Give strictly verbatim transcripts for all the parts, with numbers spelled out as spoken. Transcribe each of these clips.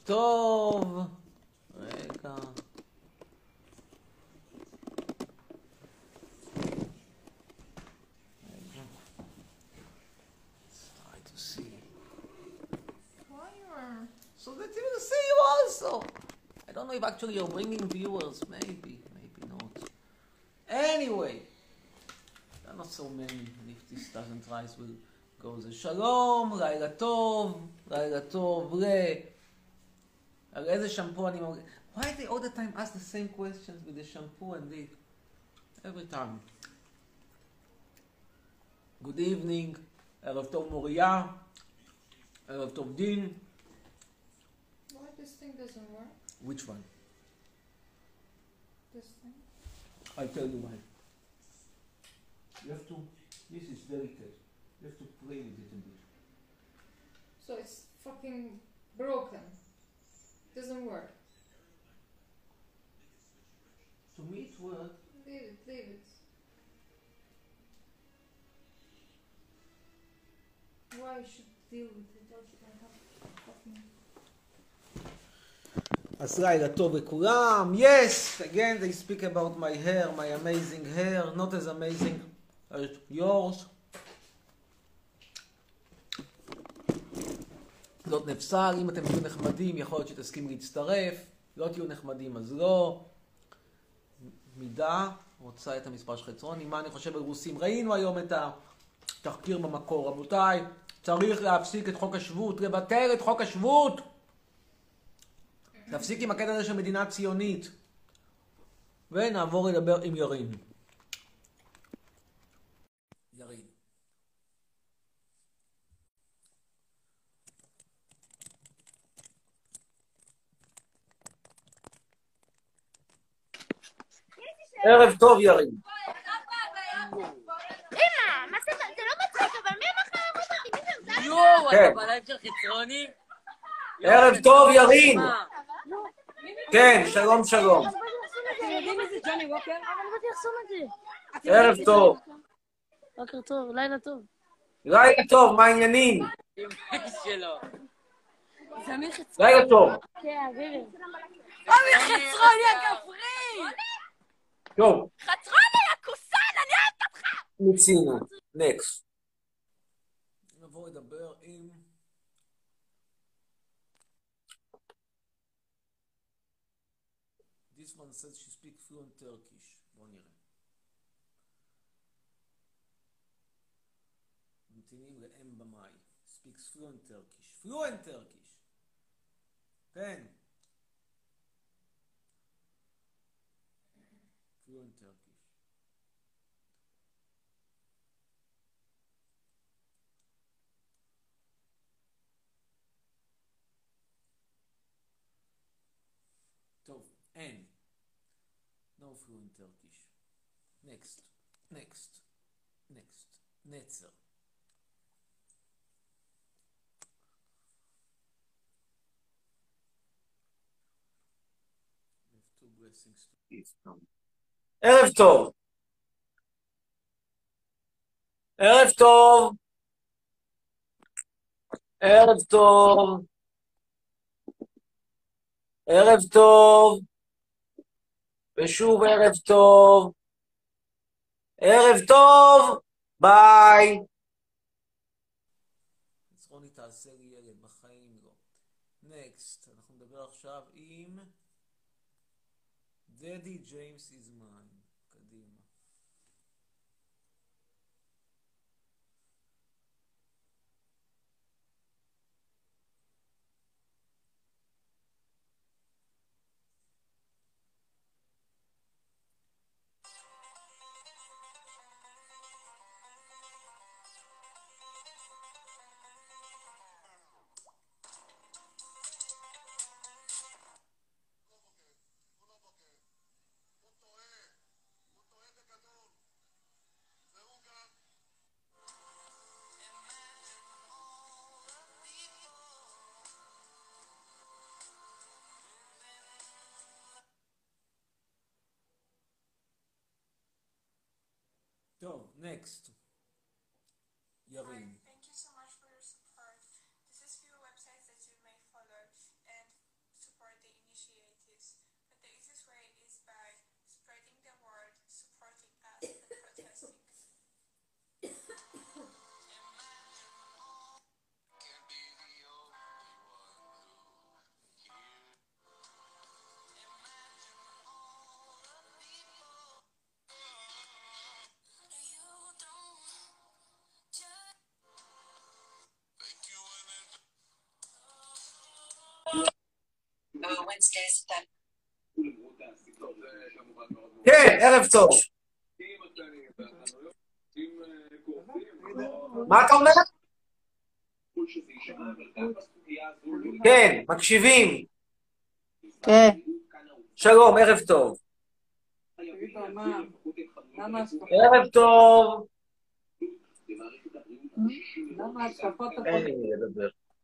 טוב. רגע. So that you will see you also. I don't know if actually you're bringing viewers. Maybe, maybe not. Anyway, there are not so many. If this doesn't rise, we'll go to Shalom, לילה טוב, לילה טוב, ל... על איזה שמפו אני מרגיש? Why they all the time ask the same questions with the shampoo and the... Every time. Good evening, ערב טוב מוריה, ערב טוב דין. This thing doesn't work. Which one? This thing. I'll tell you why. You have to, this is delicate. You have to play with it a bit. So it's fucking broken. Doesn't work. To me it works. Leave it, leave it. Why I should deal with it? I should have fucking... אז לילה טוב לכולם. Yes, again they speak about my hair, my amazing hair, not as amazing as yours. זאת נפסל, אם אתם תהיו נחמדים יכול להיות שתסכים להצטרף, לא תהיו נחמדים אז לא. מידה, רוצה את המספר של חצרוני, מה אני חושב על רוסים? ראינו היום את התחקיר במקור, רבותיי, צריך להפסיק את חוק השבות, לבטל את חוק השבות. להפסיק עם הקטע הזה של מדינה ציונית. ונעבור לדבר עם ירין. ירין. ערב טוב ירין. אמא, מה זה, זה לא מצחיק, אבל מי אמר לך אותי? מי זה? יואו, אתה בלייב של חצרוני? ערב טוב ירין. כן, שלום שלום. ערב טוב. בוקר טוב, לילה טוב. לילה טוב, מה העניינים? שלו. לילה טוב. כן, אביבי. אמיר חצרוני הכפרי! טוב. חצרוני הכוסן, אני אוהבת אותך! מיצינו. נקסט. נבוא לדבר עם... This one says she speaks fluent Turkish. בוא נראה. ממתינים לאם במאי. Speaks fluent Turkish. Fluent Turkish. כן. Fluent Turkish. טוב, אין. No fluent Turkish. Next. Next. Next. נצר. We have two blessings to give. ערב טוב. ערב טוב. ערב טוב. ערב טוב. ושוב ערב טוב. ערב טוב. ביי. רוני תעשה לי ילד, בחיים לא. נקסט, אנחנו נדבר עכשיו עם דדי ג'יימס is mine. קדימה. טוב, next. ירין. Thank you so much for your support. This is few websites that you may follow, and כן, ערב טוב. מה אתה אומר? כן, מקשיבים. כן. שלום, ערב טוב. ערב טוב. אין לי מי לדבר.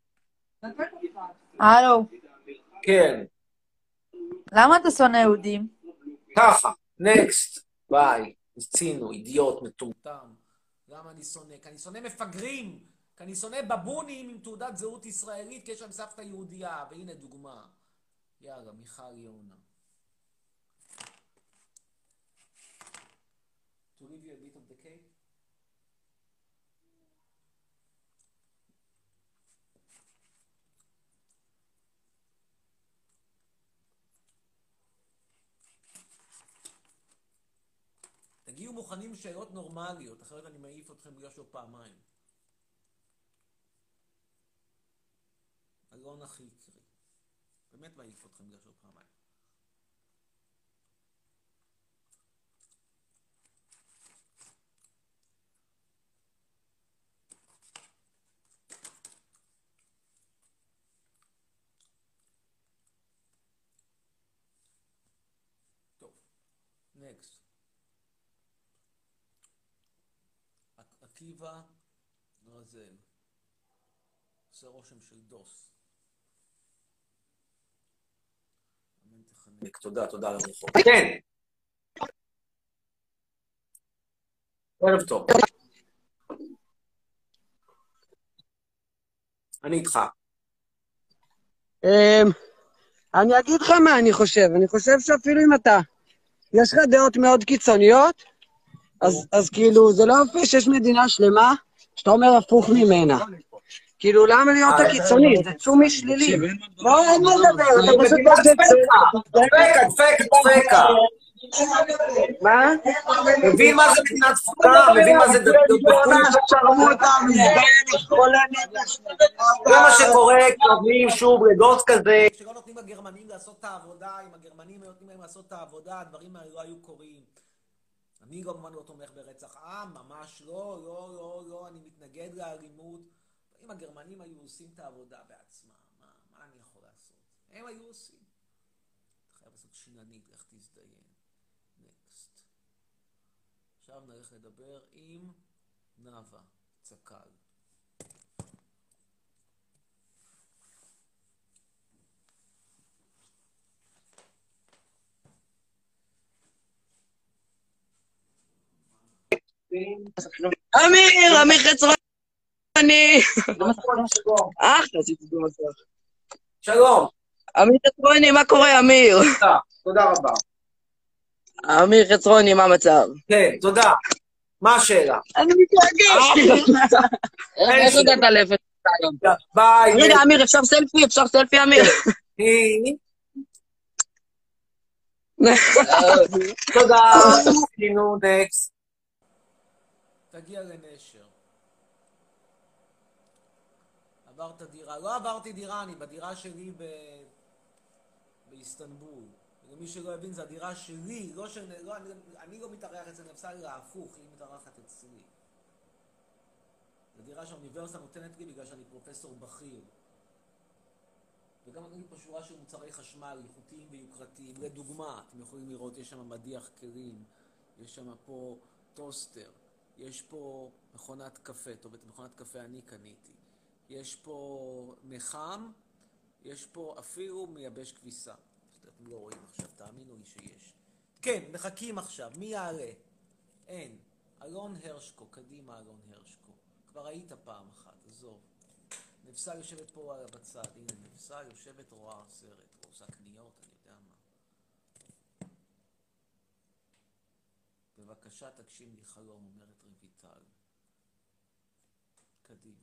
הלו. כן. למה אתה שונא יהודים? ככה, נקסט. ביי. ניסינו, אידיוט, מטומטם. למה אני שונא? כי אני שונא מפגרים. כי אני שונא בבונים עם תעודת זהות ישראלית, כי יש להם סבתא יהודייה. והנה דוגמה. יאללה, מיכל יונה. To give you a bit of the cake. תגיעו מוכנים לשאלות נורמליות, אחרת אני מעיף אתכם בגלל שלא פעמיים. אלון הכי יקרי. באמת מעיף אתכם בגלל שלא פעמיים. טוב, נקסט. עקיבא רזל. עושה רושם של דוס. אמן תחנק. תודה, תודה על הברכות. כן! ערב טוב. אני איתך. אני אגיד לך מה אני חושב. אני חושב שאפילו אם אתה, יש לך דעות מאוד קיצוניות, אז, אז כאילו, זה לא יפה שיש מדינה שלמה, שאתה אומר הפוך ממנה. כאילו, למה להיות הקיצוני? זה צומי שלילי. לא, אין מה לדבר, אתה פשוט בגלל דפקה, דפקה, דפקה. מה? מבין מה זה מדינת תפוקה? מבין מה זה דפקה? זה מה שקורה, נותנים שוב רגוס כזה. כשלא נותנים לגרמנים לעשות את העבודה, אם הגרמנים נותנים להם לעשות את העבודה, הדברים האלה לא היו קורים. אני לא כמובן לא תומך ברצח עם, ממש לא, לא, לא, לא, אני מתנגד לאלימות. אם הגרמנים היו עושים את העבודה בעצמם, מה, מה אני יכול לעשות? הם היו עושים. אתה חייב לעשות שיננית, איך תזדיין. נקסט. עכשיו נלך לדבר עם נאווה, צקל. אמיר, אמיר חצרוני. אחלה, עשיתי זה מסך. שלום. אמיר חצרוני, מה קורה, אמיר? תודה רבה. אמיר חצרוני, מה המצב? כן, תודה. מה השאלה? אני מתרגש. איך יודעת לפת? ביי. רגע, אמיר, אפשר סלפי? אפשר סלפי, אמיר? תודה. נו, נקסט. תגיע לנשר. עברת דירה. לא עברתי דירה, אני בדירה שלי ב... באיסטנבול. למי שלא הבין, זו הדירה שלי, לא ש... לא, אני, אני לא מתארח אצל נפסל, אלא הפוך, היא מתארחת אצלי. זו דירה שהאוניברסיטה נותנת לי בגלל שאני פרופסור בכיר. וגם נותנים לי פה שורה של מוצרי חשמל, איכותיים ויוקרתיים. לדוגמה, אתם יכולים לראות, יש שם מדיח כלים, יש שם פה טוסטר. יש פה מכונת קפה, טוב, את מכונת קפה אני קניתי. יש פה נחם, יש פה אפילו מייבש כביסה. אתם לא רואים עכשיו, תאמינו לי שיש. כן, מחכים עכשיו, מי יעלה? אין. אלון הרשקו, קדימה אלון הרשקו. כבר היית פעם אחת, עזוב. נפסל יושבת פה בצד, הנה נפסל יושבת רואה סרט, עושה קניות, אני יודע מה. בבקשה תגשים לי חלום, אומרת רויטל. קדימה.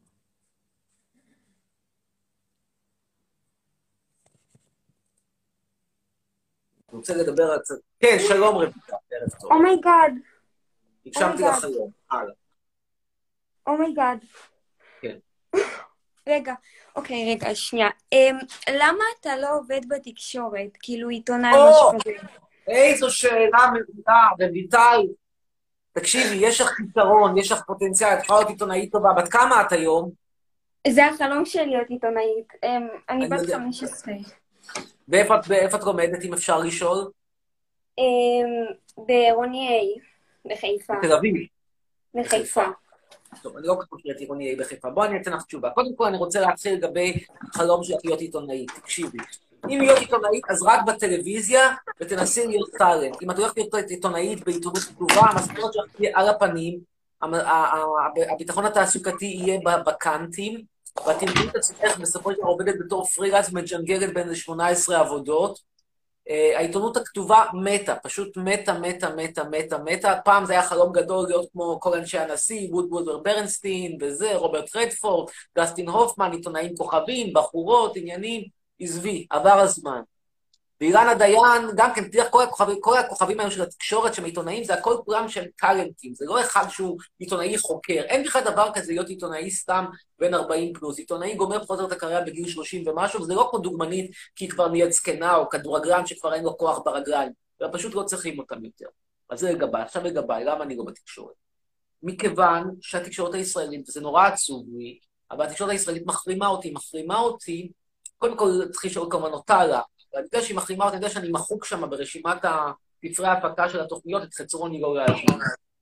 אני רוצה לדבר על קצת... כן, שלום רויטל, ערב טוב. אומייגאד. הקשבתי לחלום, הלאה. אומייגאד. כן. רגע, אוקיי, רגע, שנייה. אמ, למה אתה לא עובד בתקשורת? כאילו עיתונאי או, משהו כזה. איזו שאלה מעולה, רויטל. תקשיבי, יש לך פתרון, יש לך פוטנציאל, את יכולה להיות עיתונאית טובה. בת כמה את היום? זה החלום שלי להיות עיתונאית. אמ, אני אני בת יודע. חמש עשרה. ואיפה את- ואיפה את לומדת, אם אפשר לשאול? אמ, בעירוני A, בחיפה. בתל אביב. בחיפה. טוב, אני לא כל כך מכיר את עירוני A בחיפה. בואי אני אתן לך תשובה. קודם כל, אני רוצה להתחיל לגבי החלום שלך להיות עיתונאית. תקשיבי. אם להיות עיתונאית, אז רק בטלוויזיה, ותנסי להיות טאלנט. אם את הולכת להיות עיתונאית בעיתונות כתובה, המשכורת שלך תהיה על הפנים, המ- ה- ה- הביטחון התעסוקתי יהיה ב- בקאנטים, ואת תמצאי את עצמך בסופו של דבר עובדת בתור פרילנס ומג'נגלת בין שמונה עשרה עבודות. אה, העיתונות הכתובה מתה, פשוט מתה, מתה, מתה, מתה, מתה. פעם זה היה חלום גדול להיות כמו כל אנשי הנשיא, וודווד ברנסטין, וזה, רוברט רדפורד, דסטין הופמן, עיתונאים כוכבים, בחורות, עניינים, עזבי, עבר הזמן. ואילנה דיין, גם כן, תראה, כל הכוכבים, כל הכוכבים היום של התקשורת, שהם עיתונאים, זה הכל כולם שהם טאלנטים, זה לא אחד שהוא עיתונאי חוקר. אין בכלל דבר כזה להיות עיתונאי סתם בין ארבעים פלוס. עיתונאי גומר פחות או יותר את הקריירה בגיל שלושים ומשהו, וזה לא כמו דוגמנית, כי היא כבר נהיית זקנה, או כדורגלן שכבר אין לו כוח ברגליים, ופשוט לא צריכים אותם יותר. אז זה לגביי, עכשיו לגביי, למה אני לא בתקשורת? מכיוון שהתקשורת הישראלית, וזה נורא עצוב לי, אבל התקשורת הישראלית מחרימה אותי, מחרימה אותי, קודם כל צריך לשאול כמובן אותה לה, ואני יודע שהיא מחרימה אותי, אני יודע שאני מחוק שם ברשימת ספרי ההפקה של התוכניות, את חצרוני לא להזמן.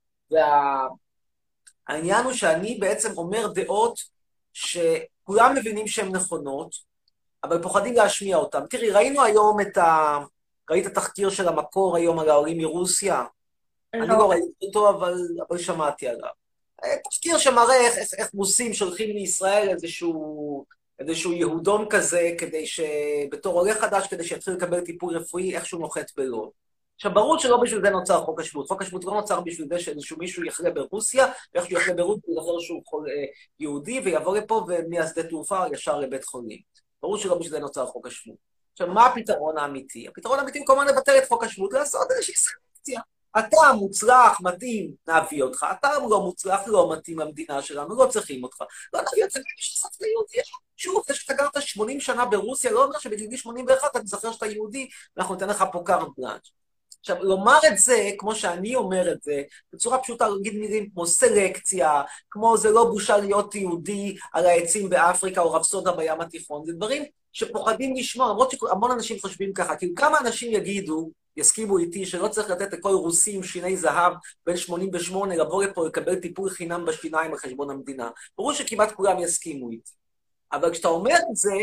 והעניין הוא שאני בעצם אומר דעות שכולם מבינים שהן נכונות, אבל פוחדים להשמיע אותן. תראי, ראינו היום את ה... ראית התחקיר של המקור היום על העולים מרוסיה? אני לא ראיתי אותו, אבל, אבל שמעתי עליו. תחקיר שמראה איך, איך, איך רוסים שולחים לישראל איזשהו, איזשהו יהודון כזה, כדי שבתור עולה חדש, כדי שיתחיל לקבל טיפול רפואי, איכשהו נוחת בלוד. עכשיו, ברור שלא בשביל זה נוצר חוק השבות. חוק השבות לא נוצר בשביל זה שאיזשהו מישהו יחלה ברוסיה, ואיכשהו יחלה ברוסיה, ידבר שהוא חול, אה, יהודי, ויבוא לפה ומהשדה תעופה ישר לבית חולים. ברור שלא בשביל זה נוצר חוק השבות. עכשיו, מה הפתרון האמיתי? הפתרון האמיתי הוא כמובן לבטל את חוק השבות, לעשות איזושהי סנקציה. אתה מוצלח, מתאים, נביא אותך. אתה לא מוצלח, לא מתאים למדינה שלנו, לא צריכים אותך. לא נביא אותך, יש סוף ליהודי. שוב, זה שאתה גרת שמונים שנה ברוסיה, לא אומר שבגיל שמונים ואחת אתה תזכר שאתה יהודי, ואנחנו ניתן לך פה קארט בלאנץ'. עכשיו, לומר את זה, כמו שאני אומר את זה, בצורה פשוטה, להגיד מילים כמו סלקציה, כמו זה לא בושה להיות יהודי על העצים באפריקה או רפסודה בים התיכון, זה דברים שפוחדים לשמוע, למרות שהמון אנשים חושבים ככה, כאילו כמה אנשים יגידו, יסכימו איתי, שלא צריך לתת לכל רוסי עם שיני זהב בין שמונים ושמונה, לבוא לפה לקבל טיפול חינם בשיניים על חשבון המדינה. ברור שכמעט כולם יסכימו איתי. אבל כשאתה אומר את זה,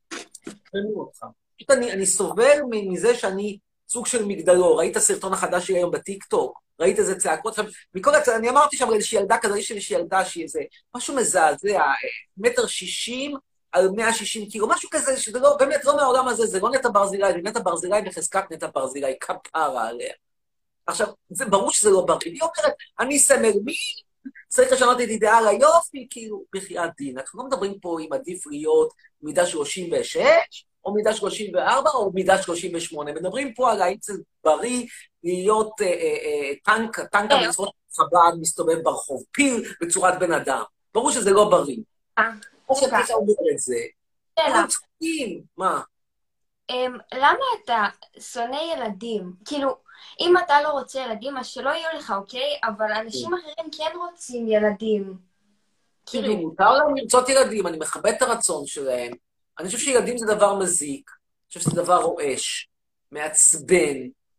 תראו אותך. פשוט אני, אני סובל מזה שאני סוג של מגדלור. ראית הסרטון החדש שלי היום בטיק-טוק? ראית איזה צעקות? מכל הצע... אני אמרתי שם איזושהי ילדה כזה, יש איזושהי ילדה שהיא איזה משהו מזעזע, מטר שישים על מאה ושישים קילו, משהו כזה, שזה לא, באמת לא מהעולם הזה, זה לא נטע ברזילי, זה נטע ברזילי בחזקת נטע ברזילי, כפרה עליה. עכשיו, זה ברור שזה לא בריא. היא אומרת, אני סמל מי? צריך לשנות את אידאל היופי, כאילו, בחייאת דין. אנחנו לא מדברים פה אם עדיף להיות מידה שלושים ושש, או מידה שלושים וארבע, או מידה שלושים ושמונה. מדברים פה על האם זה בריא להיות אה, אה, טנק, טנק המצוות חב"ד מסתובב ברחוב, פיל בצורת בן אדם. ברור שזה לא בריא. אה, איך אתה אומר את זה? שאלה. מה? אמ, למה אתה שונא ילדים? כאילו, אם אתה לא רוצה ילדים, אז שלא יהיו לך, אוקיי? אבל אנשים אחרים כן רוצים ילדים. תראי, מותר להם לרצות ילדים, אני מכבד את הרצון שלהם. אני חושב שילדים זה דבר מזיק, אני חושב שזה דבר רועש, מעצבן.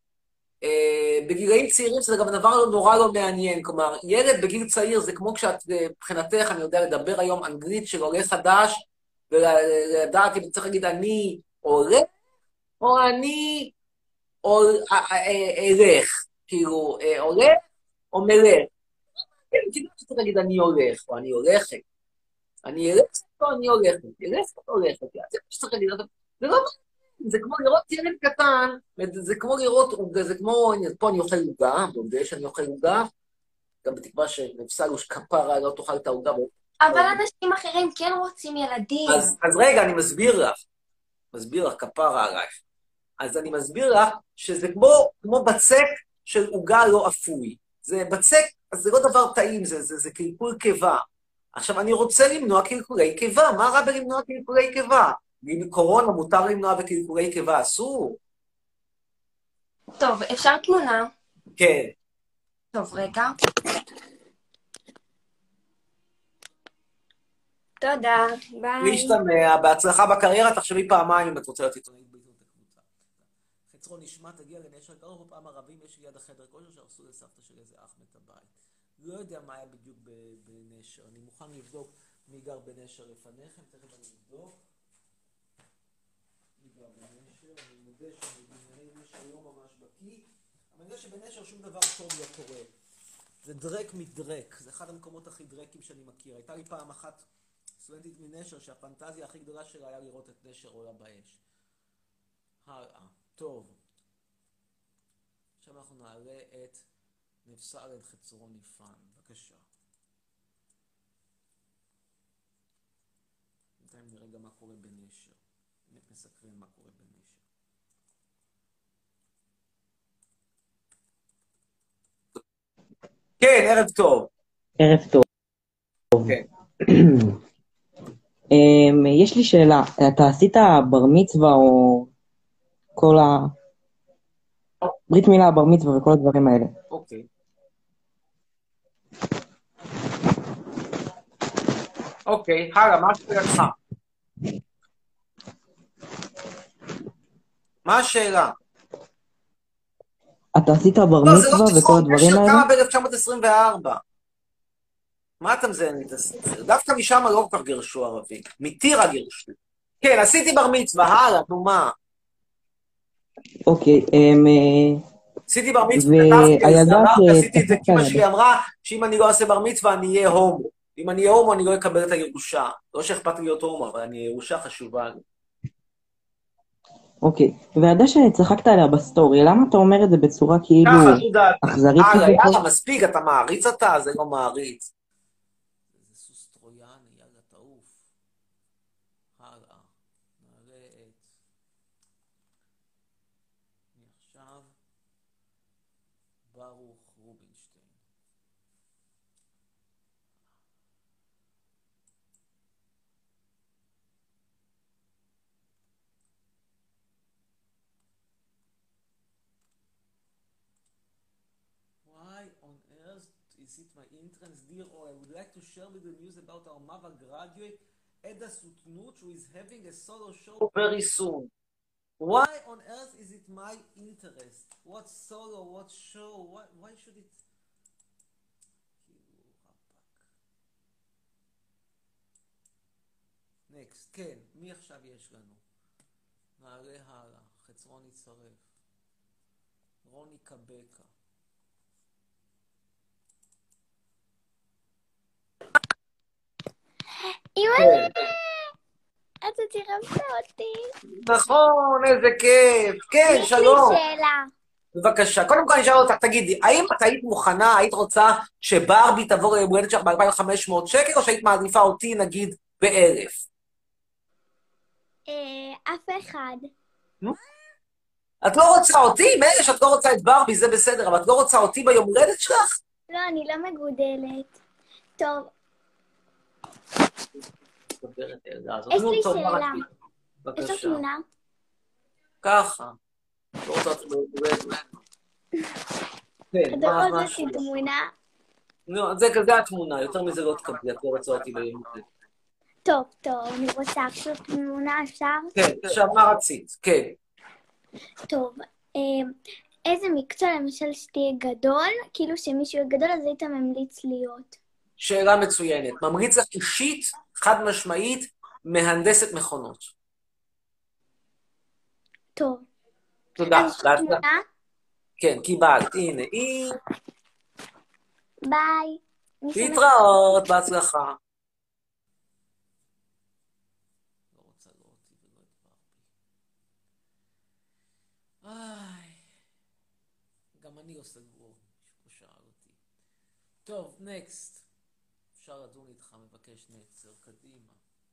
בגילאים צעירים זה גם דבר נורא לא מעניין, כלומר, ילד בגיל צעיר זה כמו כשאת, מבחינתך, אני יודע לדבר היום אנגלית של עולה חדש, ולדעת אם צריך להגיד אני עולה, או אני אלך, כאילו, עולה או מלך. כן, כאילו צריך להגיד אני הולך, או אני הולכת. אני אלך או אני הולכת, אלך או הולכת. זה שצריך להגיד, זה לא... זה כמו לראות ילד קטן, זה כמו לראות, זה כמו, פה אני אוכל עוגה, בודה שאני אוכל עוגה, גם בתקווה שנפסלוש כפרה לא תאכל את העוגה. אבל אנשים אחרים כן רוצים ילדים. אז, אז רגע, אני מסביר לך, מסביר לך כפרה עלייך. אז אני מסביר לך שזה כמו, כמו בצק של עוגה לא אפוי. זה בצק, אז זה לא דבר טעים, זה, זה, זה קלקול קיבה. עכשיו, אני רוצה למנוע קלקולי קיבה. מה רע בלמנוע קלקולי קיבה? בקורונה מותר למנוע וקלקולי קיבה אסור? טוב, אפשר תמונה? כן. טוב, רגע. תודה, ביי. להשתמע, בהצלחה בקריירה, תחשבי פעמיים אם את רוצה להיות עיתונאית בעיתונות הקבוצה. חצרון נשמע, תגיע לנשר, קרוב פעם ערבים, יש ליד החדר כושר שהרסו לסבתא של איזה אח מת הבית. לא יודע מה היה בדיוק בנשר, אני מוכן לבדוק מי גר בנשר לפניכם, תכף אני אבדוק. מי גר בנשר, אני מודה שאני בענייני נשר לא ממש בקיא, אבל אני יודע שבנשר שום דבר טוב לא קורה. זה דרק מדרק, זה אחד המקומות הכי דרקים שאני מכיר. הייתה לי פעם אחת סטודנטית מנשר שהפנטזיה הכי גדולה שלה היה לראות את נשר עולה באש. הלאה, טוב. עכשיו אנחנו נעלה את נפסל את חצרון יפן, בבקשה. בינתיים נראה גם מה קורה בנשר. באמת מסקרן מה קורה בנשר. כן, ערב טוב. ערב טוב. כן. אמ, יש לי שאלה, אתה עשית בר מצווה או כל ה... ברית מילה, בר מצווה וכל הדברים האלה? אוקיי. אוקיי, הלאה, מה השאלתך? מה השאלה? אתה עשית בר לא, זה לא מצווה וכל תיכון, הדברים נשר האלה? קמה ב-אלף תשע מאות עשרים וארבע. מה אתה מזיין לי את הספר? דווקא משם לא כל כך גירשו ערבים. מטירה גירשו. כן, עשיתי בר מצווה, הלאה, נו מה? אוקיי, אמ... אה, עשיתי בר מצווה, כתבתי על זה, והילדה אמרתי, עשיתי את זה, כי אמא שצחקת שלי אמרה שאם אני לא אעשה בר מצווה, אני אהיה הומו. אם אני אהיה הומו, אני לא אקבל את הירושה. לא שאכפת לי להיות הומו, אבל אני ירושה חשובה לי. אוקיי, והילדה שצחקת עליה בסטורי, למה אתה אומר את זה בצורה כאילו ככה, זו דעתי. אכזרית הלאה, כזאת? יאללה, מספיק, אתה מעריץ אתה? זה לא מעריץ. זה סוס טרויאני, יאללה, תעוף. הלאה. נעלה את... מעכשיו... ברוך רובינשטיין. Why on earth is it my entrance, dear, or I would like to share with the news about our Mava graduate, Eda Sutnut, who is having a solo show very soon. Why on earth is it my interest? What solo, what show, why, why should it... Next, כן, מי עכשיו יש לנו? נעלה הלאה, חצרון יצרף. רוני קבקה. אימא'לה, אתה תרמת אותי. נכון, איזה כיף. כן, יש לי שלום. שאלה. בבקשה, קודם כל אני אשאל אותך, תגידי, האם את היית מוכנה, היית רוצה שברבי תבוא ליום הולדת שלך ב-אלפיים וחמש מאות שקל, או שהיית מעדיפה אותי, נגיד, באלף? אה, אף אחד. את לא רוצה אותי? מילא שאת לא רוצה את ברבי, זה בסדר, אבל את לא רוצה אותי ביום הולדת שלך? לא, אני לא מגודלת. טוב, יש לי שאלה. יש לך תמונה? ככה. לא רוצה אותי ביום הולדת. כן, אתה מה, לא מה? רוצה תמונה? לא, זה כזה התמונה, יותר מזה לא תקבלי, את לא רוצה אותי ביום הולדת. טוב, טוב, אני רוצה עכשיו תמונה, אפשר? כן, עכשיו מה רצית? כן. טוב, אה, איזה מקצוע למשל שתהיה גדול, כאילו שמישהו יהיה גדול, אז היית ממליץ להיות. שאלה מצוינת. ממליץ לך אישית, חד משמעית, מהנדסת מכונות. טוב. תודה. אז יש לך תמונה? כן, קיבלת. הנה, היא... ביי. להתראות, בהצלחה. לא רוצה לא אותי ולא את ברבי. איי. גם אני עושה גבור, שפה שאל אותי. טוב, נקסט. אפשר לדון איתך, מבקש נצר, קדימה.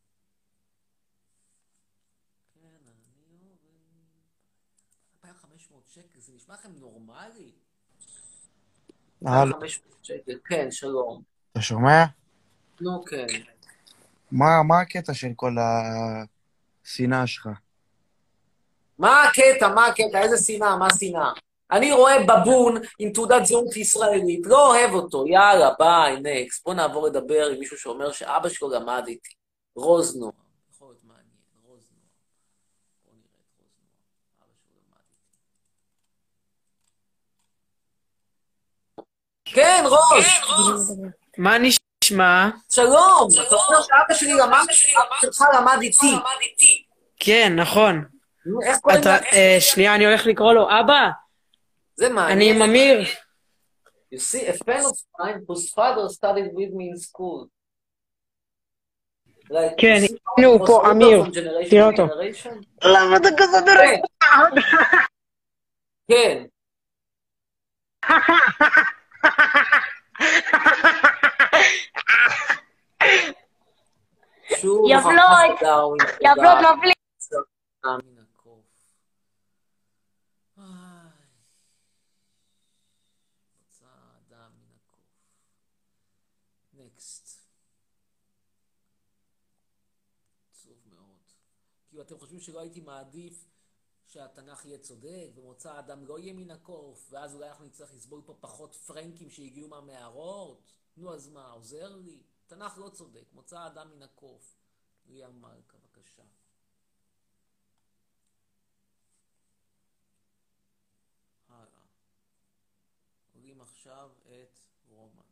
כן, אני אוהב... אלפיים וחמש מאות שקל, זה נשמע לכם נורמלי? אלפיים וחמש מאות שקל, כן, שלום. אתה שומע? נו, כן. מה, מה הקטע של כל השנאה שלך? מה הקטע? מה הקטע? איזה שנאה? מה שנאה? אני רואה בבון עם תעודת זהות ישראלית, לא אוהב אותו, יאללה, ביי, נקסט. בוא נעבור לדבר עם מישהו שאומר שאבא שלו למד איתי. רוזנור. יכול להיות מעניין, רוזנור. בוא נראה את רוזנור. אבא שלו למד איתי. כן, רוז! מה נשמע? שלום! אתה אומר שאבא שלי למד, אבא שלך למד איתי. כן, נכון. איך קוראים אתה, לך? אה, שנייה, אני הולך לקרוא לו. אבא, זה אני מעניין. עם אמיר. You see, a friend of mine whose father studied with me in school. Like, כן, you see how הנה it הוא was פה, older אמיר. from generation תראה to אותו. generation? למה אתה כזה כן, כן. שוב, יבלוט, הוכחת דרווין, תודה. יבלוט מבליט. אה, מן הקוף. איי, יצא אדם מן הקוף. נקסט. עצוב מאוד. כאילו, אתם חושבים שלא הייתי מעדיף שהתנ"ך יהיה צודק, ומוצא האדם לא יהיה מן הקוף, ואז אולי אנחנו נצטרך לסבול פה פחות פרנקים שהגיעו מהמערות? נו, אז מה, עוזר לי? תנ"ך לא צודק, מוצא האדם מן הקוף. ליאם מלכה, בבקשה. הלאה. עולים עכשיו את רומן.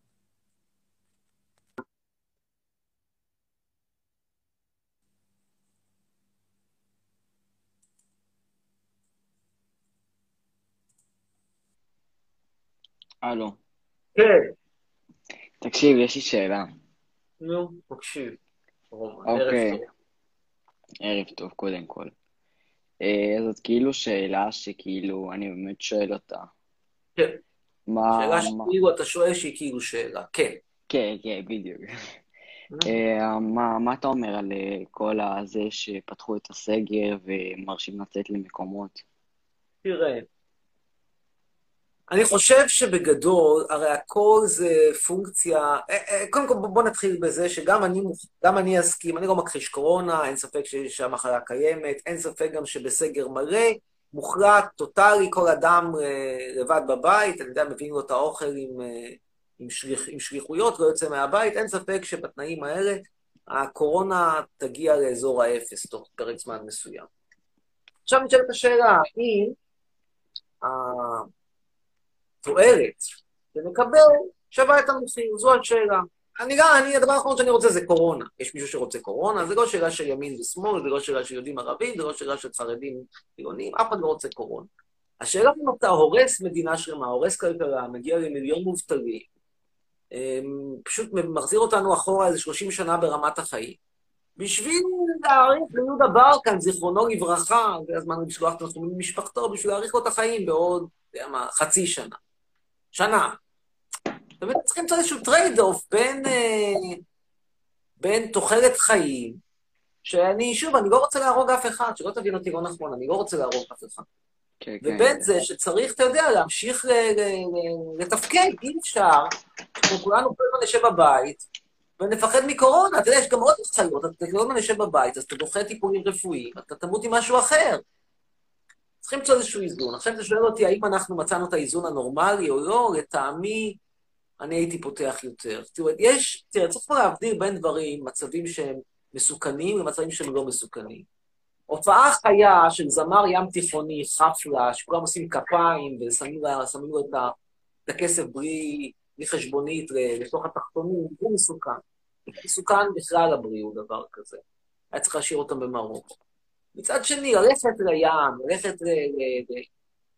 הלו, כן. תקשיב, יש לי שאלה. נו, תקשיב. רומן, ערב אוקיי, טוב. ערב טוב קודם כל. אה, זאת כאילו שאלה שכאילו, אני באמת שואל אותה. כן. מה, שאלה מה... שכאילו אתה שואל שהיא כאילו שאלה. כן. כן, כן, בדיוק. אה, מה, מה אתה אומר על אה, כל הזה שפתחו את הסגר ומרשים לצאת למקומות? תראה. אני חושב שבגדול, הרי הכל זה פונקציה, אה, אה, קודם כל בוא נתחיל בזה שגם אני, מוכ- גם אני אסכים, אני לא מכחיש קורונה, אין ספק ש- שהמחלה קיימת, אין ספק גם שבסגר מלא, מוחלט, טוטלי, כל אדם אה, לבד בבית, אני יודע, מביאים לו את האוכל עם, אה, עם, שליח, עם שליחויות, לא יוצא מהבית, אין ספק שבתנאים האלה הקורונה תגיע לאזור האפס תוך פרק זמן מסוים. עכשיו נשאלת השאלה, האם התועלת שנקבל שווה את המחיר, זו השאלה. אני גם, אני, הדבר האחרון שאני רוצה זה קורונה. יש מישהו שרוצה קורונה, זה לא שאלה של ימין ושמאל, זה לא שאלה של יהודים ערבים, זה לא שאלה של חרדים חילונים, אף אחד לא רוצה קורונה. השאלה אם אתה הורס מדינה שלמה, הורס כלכלה, מגיע למיליון מובטלים, אמ, פשוט מחזיר אותנו אחורה איזה שלושים שנה ברמת החיים. בשביל להאריך ליהודה ברקן, זיכרונו לברכה, זה הזמן לשלוח את תנחומים למשפחתו, בשביל להאריך לו את החיים בעוד, אתה יודע מה, חצי שנה. שנה. באמת צריכים למצוא איזשהו טרייד-אוף בין, אה, בין תוחלת חיים, שאני, שוב, אני לא רוצה להרוג אף אחד, שלא תבין אותי לא נכון, אני לא רוצה להרוג אף אחד. כן, כן. ובין זה שצריך, אתה יודע, להמשיך ל- ל- ל- לתפקד, אי אפשר, אנחנו כולנו כל הזמן נשב בבית, ונפחד מקורונה, אתה יודע, יש גם עוד מחלות, אתה כל הזמן נשב בבית, אז אתה דוחה טיפולים רפואיים, אתה תמות עם משהו אחר. צריכים למצוא איזשהו איזון. עכשיו אתה שואל אותי, האם אנחנו מצאנו את האיזון הנורמלי או לא, לטעמי, אני הייתי פותח יותר. תראה, יש, תראה, צריך פה להבדיל בין דברים, מצבים שהם מסוכנים ומצבים שהם לא מסוכנים. הופעה חיה של זמר ים תיכוני, חפלה, שכולם עושים כפיים ושמים לה- שמים לו את ה- את הכסף בלי, בלי חשבונית ל- לתוך התחתונים, זה מסוכן. מסוכן בכלל לבריאות, דבר כזה. היה צריך להשאיר אותם במרוקו. מצד שני, ללכת לים, ללכת ל- ל- ל-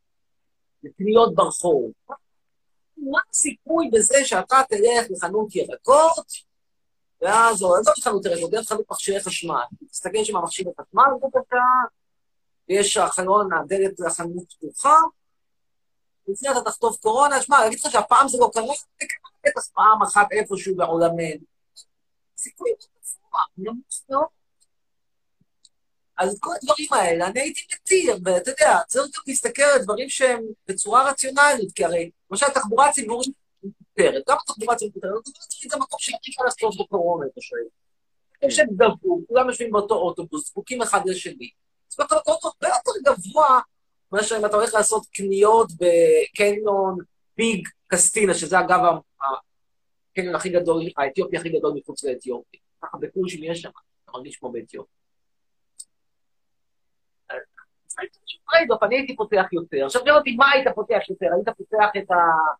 לקניות ברחוב. מה הסיכוי בזה שאתה תלך לחנות ירקות, ואז, או עזוב חנות ירקות, דרך חנות מכשירי חשמל. תסתכל שם המכשיר החשמל, בבקשה, ויש החלון, הדלת לחנות פתוחה, לפני אתה תחטוף קורונה, שמע, אני אגיד לך שהפעם זה לא קרה, זה קרה בטח פעם אחת איפשהו בעולמנו. סיכוי גבוה, נמוך מאוד. אז את כל הדברים האלה, אני הייתי מתיר, ואתה יודע, צריך גם להסתכל על דברים שהם בצורה רציונלית, כי הרי, למשל, תחבורה ציבורית מקוטרת, גם התחבורה הציבורית מקוטרת, זה מקום שהכי קל לעשות בקורונה, אתה שואל. יש שהם דבוק, כולם יושבים באותו אוטובוס, זקוקים אחד לשני. אז אתה הולך הרבה יותר גבוה, מאשר אם אתה הולך לעשות קניות בקניון ביג קסטינה, שזה אגב הקניון הכי גדול, האתיופי הכי גדול מחוץ לאתיופי. ככה בקורשים יש שם, אתה מרגיש כמו באתיופי. טרייד-אוף, אני הייתי פותח יותר. עכשיו תראה אותי, מה היית פותח יותר? היית פותח את ה...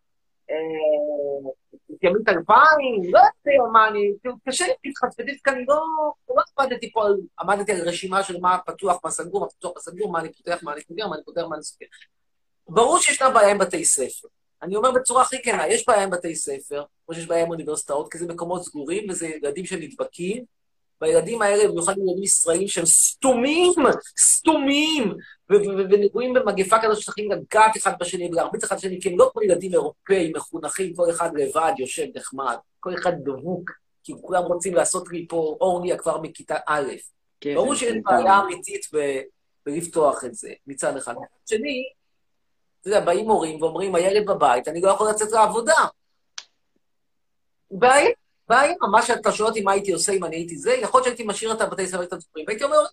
את ימית אלפיים? לא יודע מה, אני... קשה לי להתחצפתית, כי אני לא... לא עמדתי פה, עמדתי על רשימה של מה פתוח, מה סגור, מה פתוח, מה סגור, מה אני פותח, מה אני סוגר, מה אני פותח, מה אני סוגר. ברור שישנה בעיה עם בתי ספר. אני אומר בצורה הכי כנה, יש בעיה עם בתי ספר, כמו שיש בעיה עם אוניברסיטאות, כי זה מקומות סגורים, וזה ילדים שנדבקים, והילדים האלה, במיוחד ילדים ישראלים שהם סתומים, סתומים, ונגועים במגפה כזאת שצריכים לגעת אחד בשני, ולהרביץ אחד בשני, כי הם לא כמו ילדים אירופאים, מחונכים, כל אחד לבד, יושב נחמד, כל אחד דבוק, כי כולם רוצים לעשות לי פה אורניה כבר מכיתה א'. ברור שיש בעיה אמיתית בלפתוח את זה, מצד אחד. מצד שני, אתה יודע, באים הורים ואומרים, הילד בבית, אני לא יכול לצאת לעבודה. בעיה. בעיה, מה שאתה שואל אותי מה הייתי עושה אם אני הייתי זה, יכול להיות שהייתי משאיר את הבתי ספר את הדברים, והייתי אומר,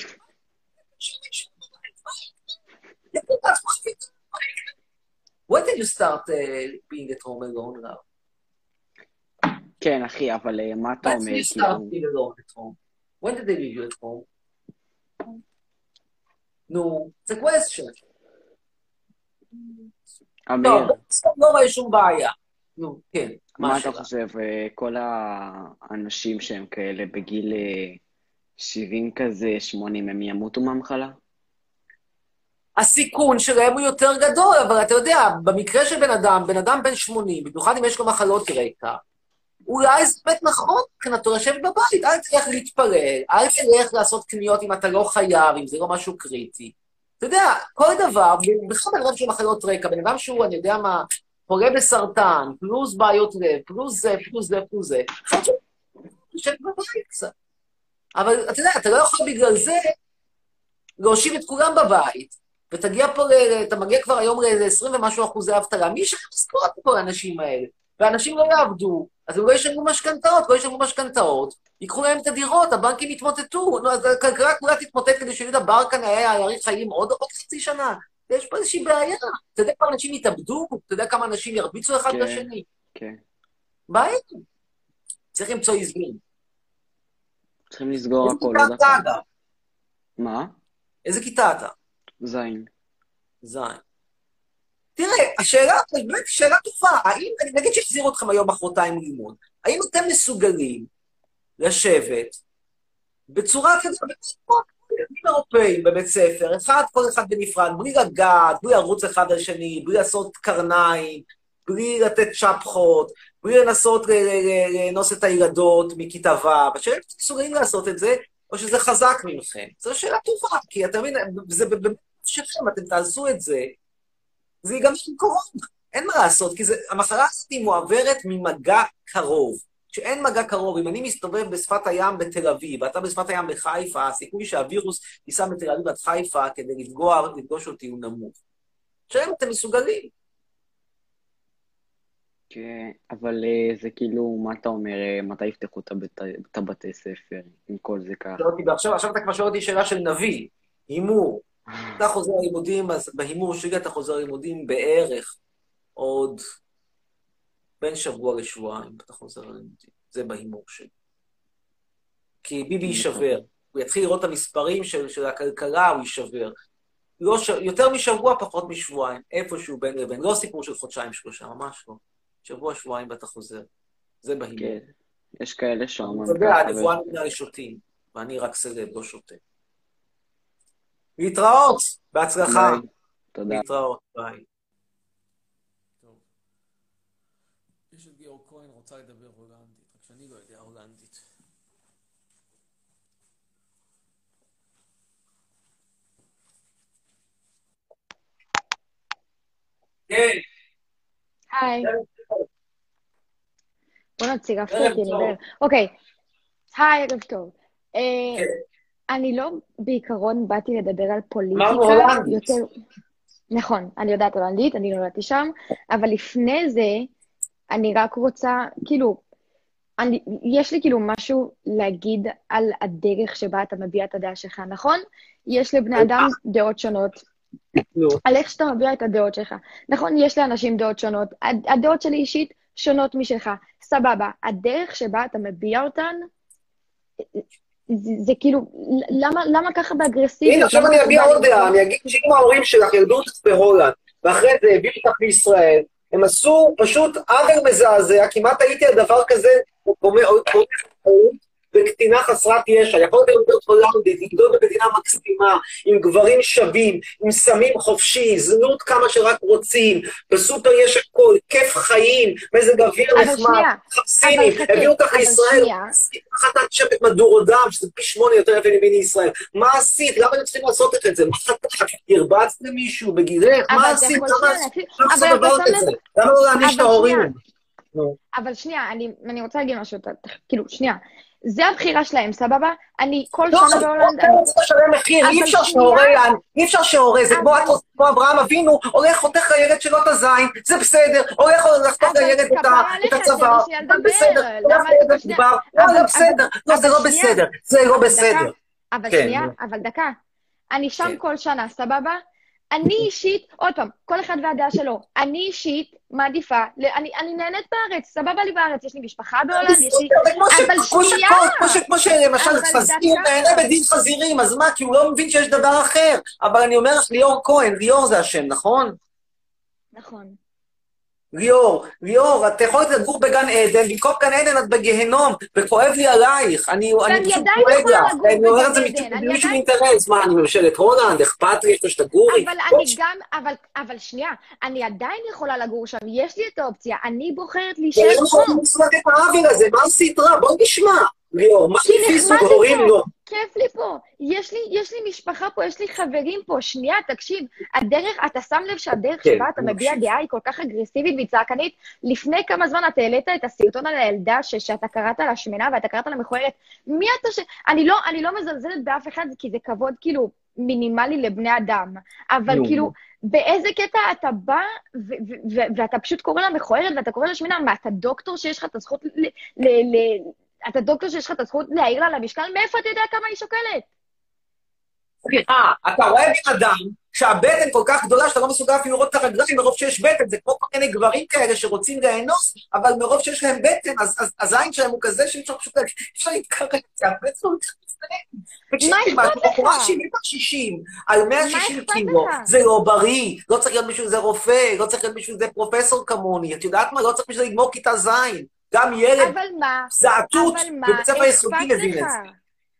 When did you start uh, being at home alone now? כן, אחי, אבל מה אתה אומר? When did you start being alone at home? When did they leave you at home? נו, it's a question. אמיר. לא, לא רואה שום בעיה. נו, כן. מה אתה חושב, כל האנשים שהם כאלה בגיל שבעים כזה, שמונים, הם ימותו מהמחלה? הסיכון שלהם הוא יותר גדול, אבל אתה יודע, במקרה של בן אדם, בן אדם בן שמונים, במיוחד אם יש לו מחלות רקע, אולי זה באמת נכון, מבחינתו לשבת בבית, אל תלך להתפלל, אל תלך לעשות קניות אם אתה לא חייב, אם זה לא משהו קריטי. אתה יודע, כל דבר, בכלל בן אדם של מחלות רקע, בן אדם שהוא, אני יודע מה, חולה בסרטן, פלוס בעיות לב, פלוס זה, פלוס זה, פלוס זה, אחד ששבת בבית קצת. אבל אתה יודע, אתה לא יכול בגלל זה להושיב את כולם בבית, ותגיע פה, אתה מגיע כבר היום ל-עשרים ומשהו אחוזי אבטלה, מי ישלם משכורת לכל האנשים האלה? ואנשים לא יעבדו, אז הם לא ישלמו משכנתאות, לא ישלמו משכנתאות, ייקחו להם את הדירות, הבנקים יתמוטטו, הכלכלה כולה תתמוטט כדי שיהודה ברקן היה יאריך חיים עוד עוד חצי שנה. יש פה איזושהי בעיה. אתה יודע כמה אנשים יתאבדו? אתה יודע כמה אנשים ירביצו אחד לשני? כן. בעיה. צריך למצוא איזון. צריכים לסגור הכל. איזה כיתה אתה, אגב? מה? איזה כיתה אתה? זין. זין. תראה, השאלה, באמת שאלה טובה, האם, נגיד שהחזיר אתכם היום מחרתיים לימוד, האם אתם מסוגלים לשבת בצורה כזאת, ילדים אירופאים בבית ספר, אחד, כל אחד בנפרד, בלי לגעת, בלי לרוץ אחד על שני, בלי לעשות קרניים, בלי לתת שפחות, בלי לנסות לאנוס את הילדות מכיתה ו', השאלה אם אתם מסוגלים לעשות את זה, או שזה חזק ממכם. זו שאלה טובה, כי אתה מבין, זה באמת שלכם, אתם תעשו את זה, זה גם עם קורונה, אין מה לעשות, כי זה, המחלה הזאת היא מועברת ממגע קרוב. כשאין מגע קרוב, אם אני מסתובב בשפת הים בתל אביב, ואתה בשפת הים בחיפה, הסיכוי שהווירוס ייסע מתל אביב עד חיפה כדי לפגוע, לפגוש אותי הוא נמוך. שאם אתם מסוגלים. כן, אבל זה כאילו, מה אתה אומר, מתי יפתחו את הבתי ספר, עם כל זה ככה? עכשיו, עכשיו אתה כבר שואל אותי שאלה של נביא, הימור. אתה חוזר לימודים, אז בהימור שלי אתה חוזר לימודים בערך עוד בין שבוע לשבועיים, אתה חוזר לימודים. זה בהימור שלי. כי ביבי יישבר. הוא יתחיל לראות את המספרים של, של הכלכלה, הוא יישבר. לא ש... יותר משבוע, פחות משבועיים. איפשהו בין לבין. לא סיפור של חודשיים, שלושה, ממש לא. שבוע, שבועיים ואתה חוזר. זה בהימור. כן. יש כאלה שאומרים. אתה יודע, הנבואה נמנה לשותים, ואני רק סלב, לא שותה. להתראות, בהצלחה. תודה. להתראות, ביי. טוב. יש את גיאור כהן רוצה לדבר הולנדית, רק שאני לא יודע הולנדית. כן. היי. בוא נציג אפילו נדבר. אוקיי. היי, ערב טוב. אני לא בעיקרון באתי לדבר על פוליטיקה יותר... נכון, אני יודעת הולנדית, אני נולדתי שם, אבל לפני זה אני רק רוצה, כאילו, אני, יש לי כאילו משהו להגיד על הדרך שבה אתה מביע את הדעה שלך, נכון? יש לבני אדם דעות שונות. על איך שאתה מביע את הדעות שלך. נכון, יש לאנשים דעות שונות. הדעות שלי אישית שונות משלך. סבבה. הדרך שבה אתה מביע אותן, זה, זה כאילו, למה, למה ככה באגרסיביות? הנה, עכשיו אני אביע עוד דעה. אני אגיד שאם ההורים שלך ילדו אותך בהולנד, ואחרי זה הביאו אותך בישראל, הם עשו פשוט עוול מזעזע, כמעט הייתי על דבר כזה, וקטינה חסרת ישע, יכול להיות הולנדית, לגדול במדינה מקסימה, עם גברים שווים, עם סמים חופשי, זנות כמה שרק רוצים, בסופר יש הכל, כיף חיים, מזג אוויר נחמד, חפסינים, הביאו אותך לישראל, חטאת שבת מדור דם, שזה פי שמונה יותר יפה מביני ישראל. מה עשית? למה אתם צריכים לעשות את זה? מה חטאת? הרבצת למישהו בגילך? מה עשית? למה עשית דבר כזה? למה לא להעניש את ההורים? אבל שנייה, אני רוצה להגיד משהו, כאילו, שנייה. זה הבחירה שלהם, סבבה? אני כל שנה בהולנד... לא, אתה צריך לשלם מחיר, אי אפשר שהורה, אי אפשר שהורה, זה כמו אברהם אבינו, הולך חותך לילד שלו את הזין, זה בסדר, הולך לחתוך לילד את הצבא, זה בסדר, לא בסדר, לא, זה לא בסדר, זה לא בסדר. אבל שנייה, אבל דקה, אני שם כל שנה, סבבה? אני אישית, עוד פעם, כל אחד והדעה שלו, אני אישית מעדיפה, אני, אני נהנית בארץ, סבבה לי בארץ, יש לי משפחה בהולנד, יש לי... אבל שנייה! כמו שלמשל חזיר נהנה בדין חזירים, אז מה? כי הוא לא מבין שיש דבר אחר. אבל אני אומר לך, ליאור כהן, ליאור זה השם, נכון? נכון. ליאור, ליאור, את יכולת לגור בגן עדן, במקום גן עדן את בגהנום, וכואב לי עלייך, אני פשוט כואב לך, אני אומר את זה מישהו מאינטרס, מה, אני ממשלת הולנד, אכפת לי שתגורי? אבל אני גם, אבל, אבל שנייה, אני עדיין יכולה לגור שם, יש לי את האופציה, אני בוחרת להישאר פה. אני יכולה לסלק את העוול הזה, מה עשית רע? בוא נשמע. ליאור, מה לפי סוג הורים לא? כיף לי פה, יש לי, יש לי משפחה פה, יש לי חברים פה, שנייה, תקשיב, הדרך, אתה שם לב שהדרך שבה אתה מביע דעה היא כל כך אגרסיבית וצעקנית, לפני כמה זמן אתה העלית את הסרטון על הילדה שאתה קראת לה שמנה ואתה קראת לה מכוערת, מי אתה ש... אני לא, אני לא מזלזלת באף אחד, כי זה כבוד כאילו מינימלי לבני אדם, אבל כאילו, באיזה קטע אתה בא ואתה פשוט קורא לה מכוערת ואתה קורא לה שמנה, מה, אתה דוקטור שיש לך את הזכות ל... אתה דוקטור שיש לך את הזכות להעיר לה למשקל, מאיפה אתה יודע כמה היא שוקלת? סליחה, אתה רואה בן אדם שהבטן כל כך גדולה שאתה לא מסוגל אפילו לראות את הרגליים מרוב שיש בטן, זה כמו כל מיני גברים כאלה שרוצים לאנוס, אבל מרוב שיש להם בטן, אז הזין שלהם הוא כזה שאי אפשר פשוט, אפשר להתקרר את זה, הבטן הוא מתחסן. מה אכפת לך? בחורה שבעים שישים, על מאה ושישים קילו, זה לא בריא, לא צריך להיות מישהו זה רופא, לא צריך להיות מישהו זה פרופסור כמוני, את יודעת מה? לא צריך מישהו לגמור כיתה זין. גם ילד זעתות בבית ספר יסודי מבין את זה.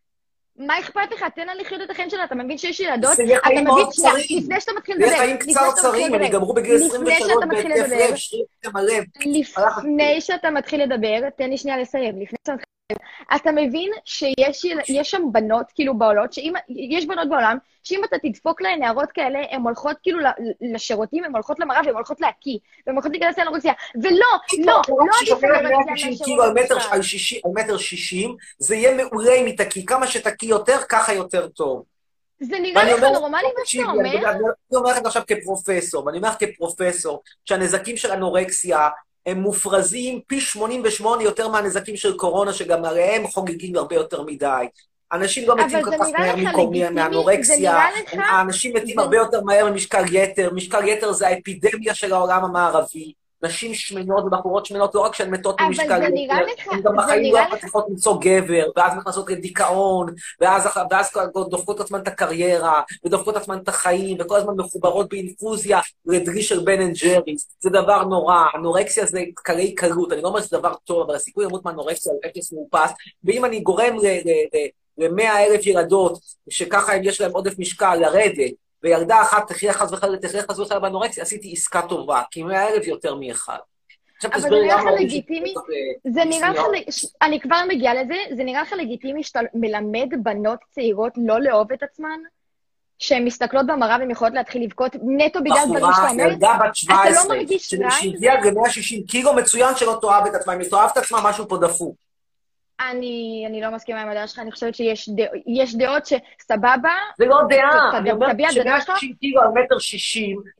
מה אכפת לך? תן לה לחיות את החיים שלה, אתה מבין שיש ילדות? זה יהיה חיים מאוד קצרים. לפני שאתה מתחיל לדבר. זה יהיה חיים קצרצרים, הם יגמרו בגיל עשרים ושלוש בהתקף לב, שרירים הלב. לפני שאתה מתחיל לדבר, תן לי שנייה לסיים, לפני שאתה מתחיל לדבר, אתה מבין שיש שם בנות כאילו בעולות, יש בנות בעולם, שאם אתה תדפוק להן נערות כאלה, הן הולכות כאילו לשירותים, הן הולכות למראה, והן הולכות להקיא, והן הולכות להיכנס לאנורקסיה, ולא, לא, לא עדיף אנורקסיה מהשירותים. על מטר שישים, זה יהיה מעולה אם היא תקיא, כמה שתקיא יותר, ככה יותר טוב. זה נראה לך נורמלי מה שאתה אומר? אני אומר לכם עכשיו כפרופסור, ואני אומר לך כפרופסור, שהנזקים של אנורקסיה, הם מופרזים פי שמונים ושמונה יותר מהנזקים של קורונה, שגם עליהם חוגגים הרבה יותר מדי. אנשים לא מתים כל כך מהר מאנורקסיה, האנשים מתים הרבה יותר מהר ממשקל יתר, משקל יתר זה האפידמיה של העולם המערבי, נשים שמנות ובחורות שמנות, לא רק שהן מתות ממשקל יתר, הן גם בחיים לא מצליחות למצוא גבר, ואז נכנסות לדיכאון, ואז דופקות עצמן את הקריירה, ודופקות עצמן את החיים, וכל הזמן מחוברות באינפוזיה לדריש של בן אנד ג'ריס. זה דבר נורא, אנורקסיה זה קלי קלות, אני לא אומר שזה דבר טוב, אבל הסיכוי למות מאנורקסיה הוא אפס מאופס, ואם אני גורם ל-מאה אלף ילדות, שככה יש להם עודף משקל לרדת, וילדה אחת תחיה חס וחלילה, תחיה חס וחלילה באנורקסיה, עשיתי עסקה טובה, כי מאה אלף יותר מאחד. אבל זה נראה לך לגיטימי, זה נראה לך, אני כבר מגיעה לזה, זה נראה לך לגיטימי שאתה מלמד בנות צעירות לא לאהוב את עצמן? שהן מסתכלות במראה והן יכולות להתחיל לבכות נטו בגלל דברים שאתה אומר? ילדה בת שבע עשרה, שהגיעה ל-מאה ושישים קילו מצוין שלא תאהב את עצמה, אם היא תאהב את עצמה, משהו פה דפוק. אני, אני לא מסכימה עם הדעה שלך, אני חושבת שיש דעות, יש דעות שסבבה. זה לא דעה, אני אומרת ש-מאה ושישים קילו על מטר שישים,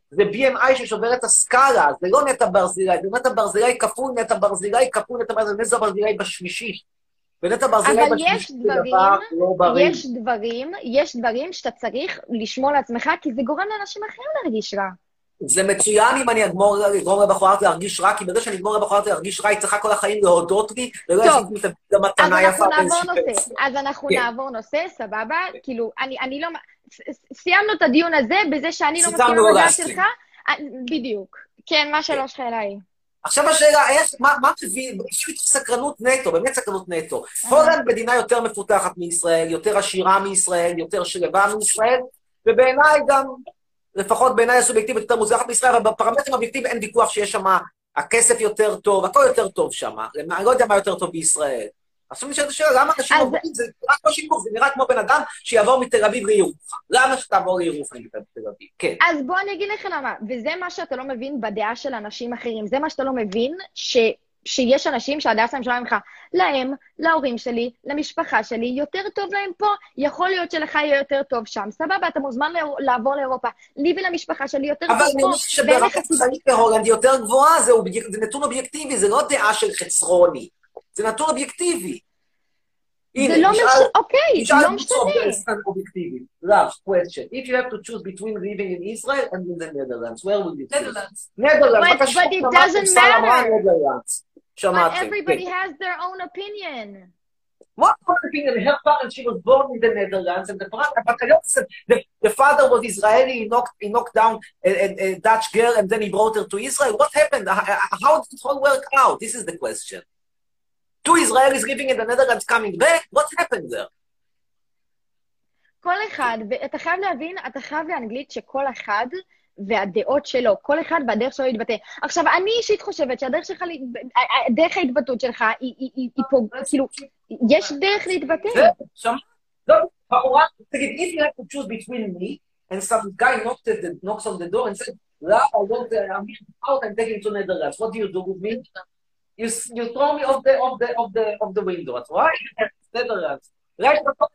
זה בי אם איי ששובר את הסקאלה, זה לא נטע ברזילי, זה נטע ברזילי כפול נטע ברזילי כפול נטע ברזילי, נטע ברזילי בשלישי. ונטע ברזילי אבל יש בשלישי זה דברים, דבר לא בריא. יש דברים, יש דברים שאתה צריך לשמור לעצמך, כי זה גורם לאנשים אחרים להרגיש רע. זה מצוין אם אני אגמור לגרום לבחורה להרגיש רע, כי ברגע שאני אגמור לבחורה להרגיש רע, היא צריכה כל החיים להודות לי, ולא יש לי גם מתנה יפה. אז אנחנו נעבור נושא, אז אנחנו נעבור נושא, סבבה? כאילו, אני לא... סיימנו את הדיון הזה בזה שאני לא מסכימה לדעה שלך. בדיוק. כן, מה השאלה שלך אליי? עכשיו השאלה, איך, מה, מה מביא, יש סקרנות נטו, באמת סקרנות נטו. הולנד מדינה יותר מפותחת מישראל, יותר עשירה מישראל, יותר שלווה מישראל, ובעיניי גם, לפחות בעיניי הסובייקטיבית יותר מוזרחת מישראל, אבל בפרמטרים אובייקטיביים אין ויכוח שיש שם, הכסף יותר טוב, הכל יותר טוב שם. אני לא יודע מה יותר טוב בישראל. עכשיו נשאלת השאלה, למה אנשים עוברים, זה נראה כמו שימור, זה נראה כמו בן אדם שיעבור מתל אביב לירוחם. למה שתעבור לירוחם מתל אביב? כן. אז בוא אני אגיד לך למה, וזה מה שאתה לא מבין בדעה של אנשים אחרים, זה מה שאתה לא מבין, ש... שיש אנשים שהדעה שלהם שלהם לך, להם, להורים שלי, למשפחה שלי, יותר טוב להם פה, יכול להיות שלך יהיה יותר טוב שם, סבבה, אתה מוזמן לעבור לאירופה, לי ולמשפחה שלי יותר טוב פה. אבל אני חושב שברמת חיים בהולנד יותר גבוהה, זה נתון אובייקטיבי, זה לא דעה של חצרוני. זה נתון אובייקטיבי. זה לא משנה, אוקיי, זה לא משנה. אובייקטיבי. Last question. If you have to choose between living in Israel and in the Netherlands, where would you choose? Netherlands. Netherlands. But it doesn't matter. But everybody has their own opinion. What opinion? Her parents, she was born in the Netherlands, and the the, the father was Israeli, he knocked, he knocked down a, a, a Dutch girl, and then he brought her to Israel. What happened? How did it all work out? This is the question. Two Israelis living in the Netherlands coming back, what happened there? כל אחד, ואתה חייב להבין, אתה חייב לאנגלית שכל אחד והדעות שלו, כל אחד והדרך שלו להתבטא. עכשיו, אני אישית חושבת שהדרך שלך, דרך ההתבטאות שלך, היא פה, כאילו, יש דרך להתבטא. זה, שם, לא, בחורה, תגיד, if you have to choose between me, and some guy knocked at the, knocks on the door and said, לא, I don't, I'm out, I'm taking to Netherlands, what do you do with me? You, you throw me off the, off the, off the, off the window, that's right? Netherlands. Right?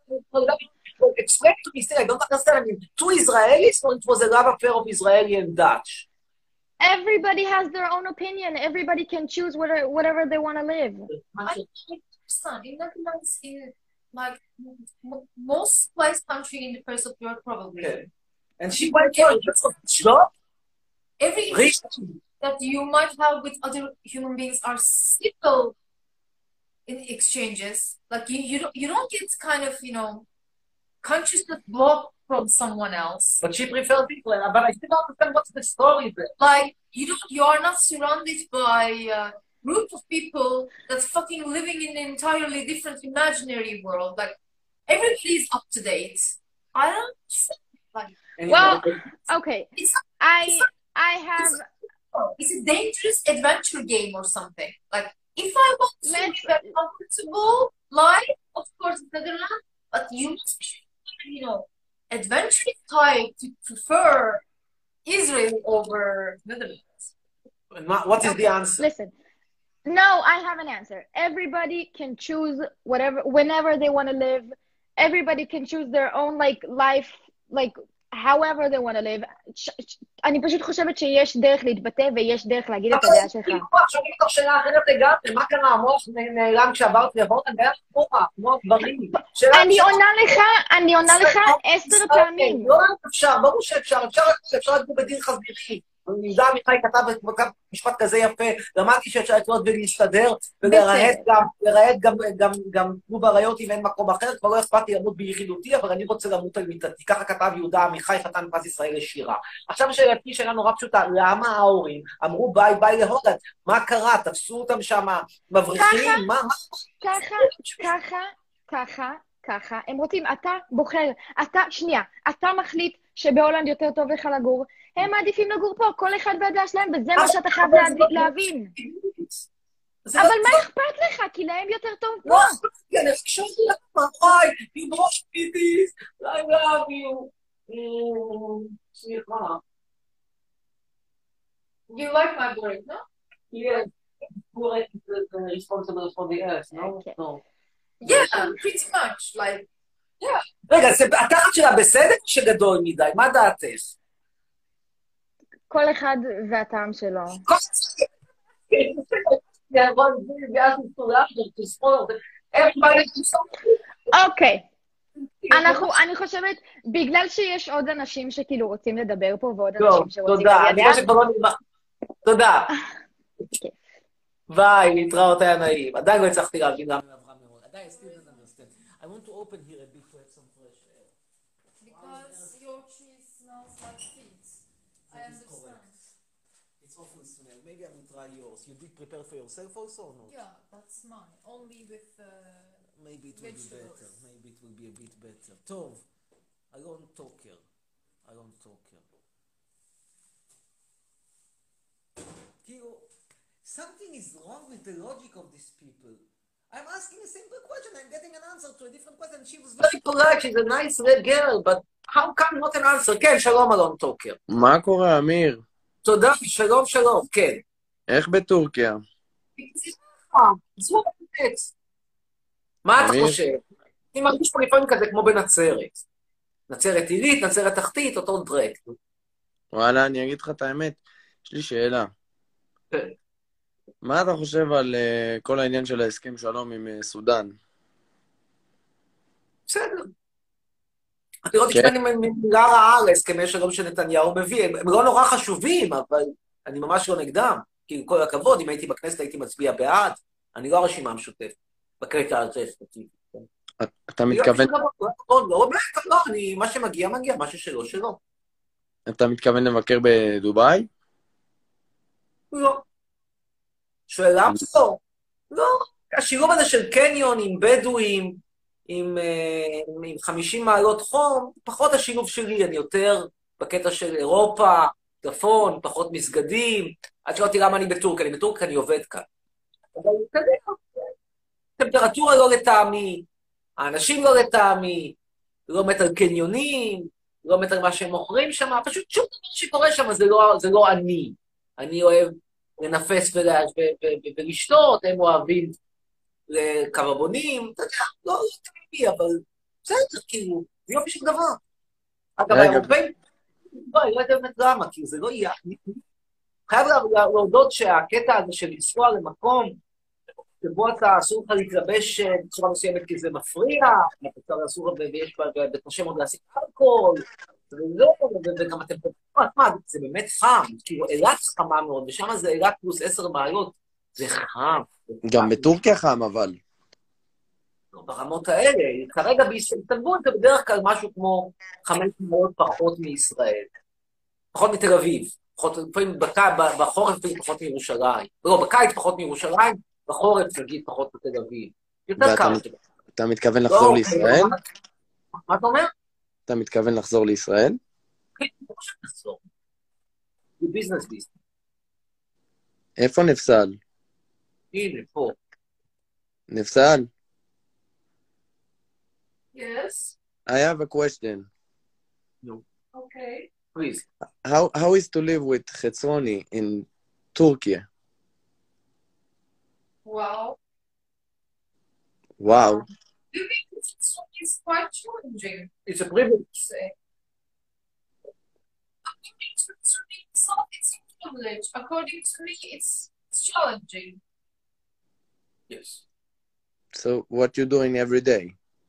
Explain to me, still, I don't understand. I mean, two Israelis, or it was a love affair of Israeli and Dutch? Everybody has their own opinion. Everybody can choose whatever, whatever they want to live. I understand. In Netherlands, in like most wise country in the first of Europe, probably. Okay. And she went here, sure? Every issue that you might have with other human beings are simple in exchanges. Like you, you don't, you don't get kind of, you know, consciousness block from someone else. But she prefers people, but I still don't understand what's the story there. Like you don't, you are not surrounded by a group of people that's fucking living in an entirely different imaginary world. Like everybody is up to date. I don't understand. Like, well, okay. It's, I, it's, I have. It's a dangerous adventure game or something. Like, if I want to live a comfortable life, of course, Netherlands, but you must be, you know, adventurous type to prefer Israel over Netherlands. What is the answer? Listen, no, I have an answer. Everybody can choose whatever, whenever they want to live. Everybody can choose their own, like, life, like, however they want to live. אני פשוט חושבת שיש דרך להתבטא ויש דרך להגיד את הדעה שלך. עכשיו אני מתוך שאלה אחרת לגמרי, מה קרה? המוח נעלם כשעברתי לעבוד, אני בערך כמוך, כמו דברים. אני עונה לך, אני עונה לך עשר פעמים. לא אפשר, ברור שאפשר, אפשר לדבר בדין חזירי. יהודה עמיחי כתב משפט כזה יפה, למדתי שאפשר לקנות ולהסתדר, ולרהט גם כמו בריות אם אין מקום אחר, כבר לא אכפת לי למות ביחידותי, אבל אני רוצה למות על מיטתי. ככה כתב יהודה עמיחי, חתן פרס ישראל לשירה. עכשיו שאלתי שאלה נורא פשוטה, למה ההורים אמרו ביי ביי להולנד? מה קרה? תפסו אותם שם מבריחים? מה? ככה, ככה, ככה, ככה. הם רוצים, אתה בוחר, אתה, שנייה, אתה מחליט שבהולנד יותר טוב לך לגור, הם מעדיפים לגור פה, כל אחד והדעה שלהם, וזה מה שאתה חייב להבין. אבל מה אכפת לך? כי להם יותר טוב פה. לא, אני חשבתי לך, וואי, תדרוש פידיס, I love you. סליחה. You like my word, no? Yes. Who is responsible for the earth, no? No. Yeah, pretty much, like, yeah. רגע, התחת שלה בסדר שגדול מדי, מה דעתך? כל אחד והטעם שלו. אוקיי. אנחנו, אני חושבת, בגלל שיש עוד אנשים שכאילו רוצים לדבר פה, ועוד אנשים שרוצים תודה, אני לדבר. חושב שכבר לא נגמר. תודה. ביי, להתראות, היה נעים. עדיין לא הצלחתי להבין למה אברהם מאוד. עדיין, still don't understand. I want to open here a bit to have some fresh air. Because your cheese smells like feet. I understand. It's awful smell. Maybe I will try yours. You did prepare for yourself also or not? Yeah, that's mine. Only with uh, Maybe it will be better. Maybe it will be a bit better. טוב, אלון טוקר. אלון טוקר. כאילו, something is wrong with the logic of these people. I'm asking a simple question, I'm getting an answer to a different question. She was very polite, she's a nice red girl, but how come not an answer? כן, שלום אלון טוקר. מה קורה, אמיר? תודה, שלום, שלום, כן. איך בטורקיה? זו באמת. מה אתה חושב? אני מרגיש פה לפעמים כזה כמו בנצרת. נצרת עילית, נצרת תחתית, אותו דרק. וואלה, אני אגיד לך את האמת, יש לי שאלה. כן. מה אתה חושב על uh, כל העניין של ההסכם שלום עם uh, סודן? בסדר. אני לא תשמע מילה רעה על הסכמי שלום שנתניהו מביא. הם, הם לא נורא חשובים, אבל אני ממש לא נגדם. כי עם כל הכבוד, אם הייתי בכנסת הייתי מצביע בעד. אני לא הרשימה המשותפת. בקטע הזה ספציפית. אתה מתכוון... לא, לא, אני, מה שמגיע, מגיע, משהו שלא, שלא. אתה מתכוון לבקר בדובאי? לא. שאלה לא. לא. השילוב הזה של קניון עם בדואים, עם, עם חמישים מעלות חום, פחות השילוב שלי, אני יותר בקטע של אירופה, צפון, פחות מסגדים. עד שלא תראה מה אני בטורקיה, אני בטורקיה, אני עובד כאן. אבל כזה, טמפרטורה לא לטעמי, האנשים לא לטעמי, לא מת על קניונים, לא מת על מה שהם מוכרים שם, פשוט שום דבר שקורה שם זה לא, זה לא אני. אני אוהב לנפס ולשתות, הם אוהבים לקרבונים, אתה יודע, לא, לא תמידי, אבל בסדר, כאילו, זה יופי של דבר. אגב, האירופאים, לא, אני לא יודעת באמת למה, כי זה לא יהיה, חייב להודות שהקטע הזה של לנסוע למקום, שבו אתה אסור לך להתלבש בצורה מסוימת כי זה מפריע, אתה אסור ויש בתנשם עוד להשיג אלכוהול, וגם אתם פותחים, מה, זה באמת חם, כאילו אילת חמה מאוד, ושם זה אילת פלוס עשר מעלות, זה חם. גם בטורקיה חם, אבל. ברמות האלה, כרגע באיסטנבול זה בדרך כלל משהו כמו חמש מעלות פחות מישראל, פחות מתל אביב, לפעמים בחורף פחות מירושלים, לא, בקיץ פחות מירושלים, בחורף נגיד פחות בתל אביב. יותר קר. אתה מתכוון לחזור לישראל? מה אתה אומר? אתה מתכוון לחזור לישראל? כן, אני חושב לחזור. זה ביזנס ביזנס. איפה נפסל? הנה, פה. נפסל? Yes. I have a question. No. Okay. Please. How, how is to live with Khetsroni in Turkey? Wow. Wow. It's, it's quite challenging. It's a privilege. Say. It's a privilege. According to me, it's, it's challenging. Yes. So what you doing every day?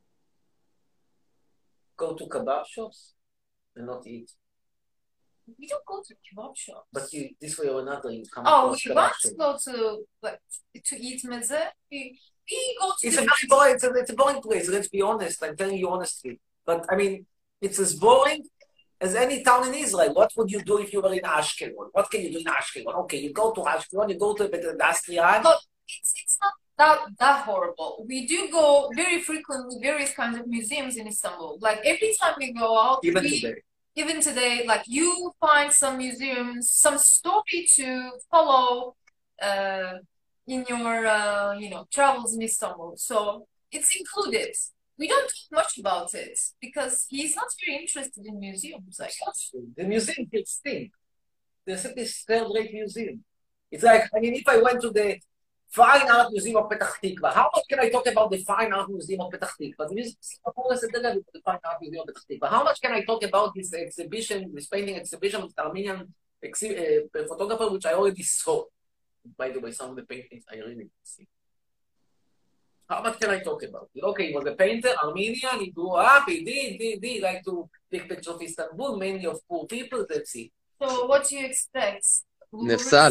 Go to kebab shops and not eat. We don't go to kebab shops. But you, this way or another, you come Oh, across we kebab want shops. to go to like to eat meze. We, we go to. It's a very boring. It's a, it's a boring place. Let's be honest. I'm telling you honestly. But I mean, it's as boring as any town in Israel. What would you do if you were in Ashkelon? What can you do in Ashkelon? Okay, you go to Ashkelon. You go to the industrial. But it's it's not that that horrible. We do go very frequently various kinds of museums in Istanbul. Like every time we go out, Even we, today. even today, like you find some museums, some story to follow uh, in your, uh, you know, travels in Istanbul. So it's included. We don't talk much about it because he's not very interested in museums. I guess. The museum will stink. There's this third-rate museum. It's like, I mean, if I went to the Fine Art Museum of Petah Tikva, how much can I talk about the Fine Art Museum of Petah Tikva? The museum is at the level of the Fine Art Museum of Petah Tikva. How much can I talk about this exhibition, this painting exhibition of the Armenian a photographer which I already saw. By the way, some of the paintings I really see. How much can I talk about? Okay, he was a painter, Armenian, he grew up, he did, did, did, like to take pictures of Istanbul, mainly of poor people, that's it. So what do you expect? נפסל.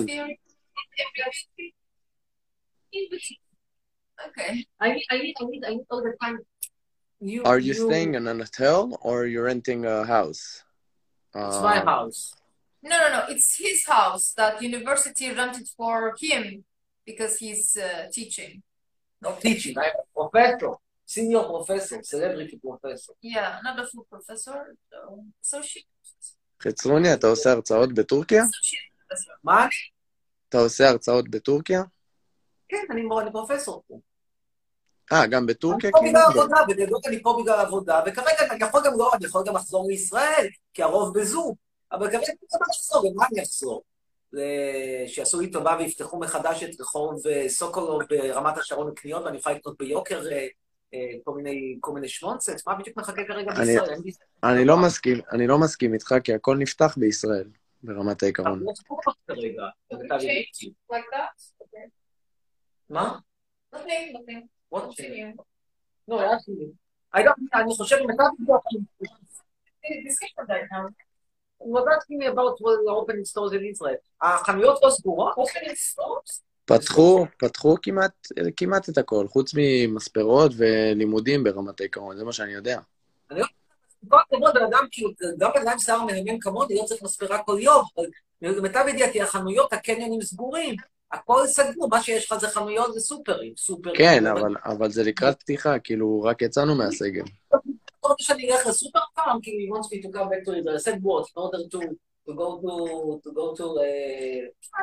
Okay. I need, I need, I need, I need all the time. You, Are you staying in an hotel or you're renting a house? It's Uh, my house. No, no, no. It's his house that university rented for him because he's uh, teaching. Not teaching, I'm a professor, senior professor, celebrity professor. Yeah, not a full professor, so associate. חצרוני, אתה עושה הרצאות בטורקיה? מה אני? אתה עושה הרצאות בטורקיה? כן, אני אני פרופסור פה. אה, גם בטורקיה? אני פה כאילו? בגלל עבודה, בגדול אני פה בגלל עבודה, וכרגע אני יכול גם לא, אני יכול גם לחזור לישראל, כי הרוב בזום, אבל כרגע אני רוצה לחזור, ומה אני אחזור? שיעשו לי טובה ויפתחו מחדש את רחוב סוקולוב ברמת השרון לקניות, ואני אוכל לקנות ביוקר כל מיני, כל מיני שמונסץ, מה בדיוק מחכה כרגע בישראל? אני לא מסכים, אני לא מסכים איתך, כי הכל נפתח בישראל, ברמת העיקרון. מה? Nothing, nothing. What? Continue. No, actually, I don't, אני חושב, אם אתה תבדוק, Discussion right now. he was asking me about opening stores in Israel. החנויות לא סגורות? Opening stores? פתחו, פתחו כמעט, כמעט את הכל, חוץ ממספרות ולימודים ברמת העיקרון, זה מה שאני יודע. אני לא כל הכבוד, בן אדם, כאילו, גם בן אדם שיער מהמם כמוני, לא צריך מספרה כל יום, אבל למיטב ידיעתי, החנויות, הקניונים סגורים, הכל סגור, מה שיש לך זה חנויות, זה סופרים, סופרים. כן, אבל, אבל זה לקראת פתיחה, כאילו, רק יצאנו מהסגל. אני רוצה שאני אלך לסופר פעם, כי he wants me to come back to Israel. I said what? In order to, to go to, to go to, uh,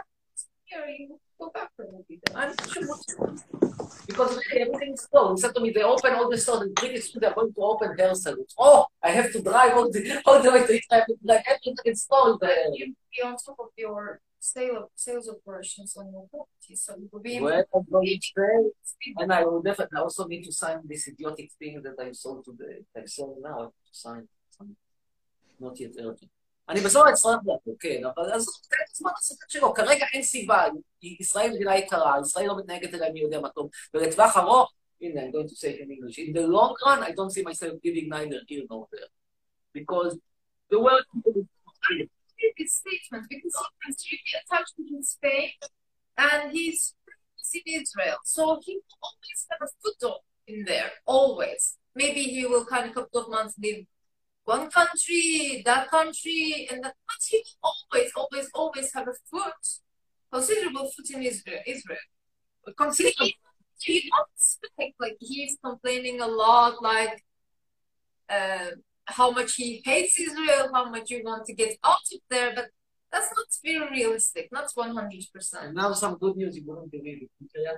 go back to I'm sure. Because really, everything is closed. He said to me, they open all the stores, and pretty soon they're going to open hair salons. Oh, I have to drive all the, all the way to Israel. I have to drive everything is closed there. You be on top of your sale, sales operations on your property, so you will be able Well, I'm going to say, speed. and I will definitely also need to sign this idiotic thing that I sold to the, I sold now, I have to sign, sign. Not yet urgent. אני בסוף אצטרך לעבור, כן, אבל אז תן את הזמן הספק שלו, כרגע אין סיבה, ישראל מדינה יקרה, ישראל לא מתנהגת אליי מי יודע מה טוב, ולטווח ארוך, הנה, I'm going to say it in English, in the long run, I don't see myself giving neither here nor there, because the world is His statement because he's really attached to his faith and he's in Israel, so he will always have a foothold in there, always. Maybe he will kind of a couple of months live one country, that country, and that, but he will always, always, always have a foot, considerable foot in Israel. Israel. Consider, he not expect, like he's complaining a lot, like uh, how much he hates Israel, how much you want to get out of there, but that's not very realistic, not one hundred percent. And now some good news you wouldn't believe it.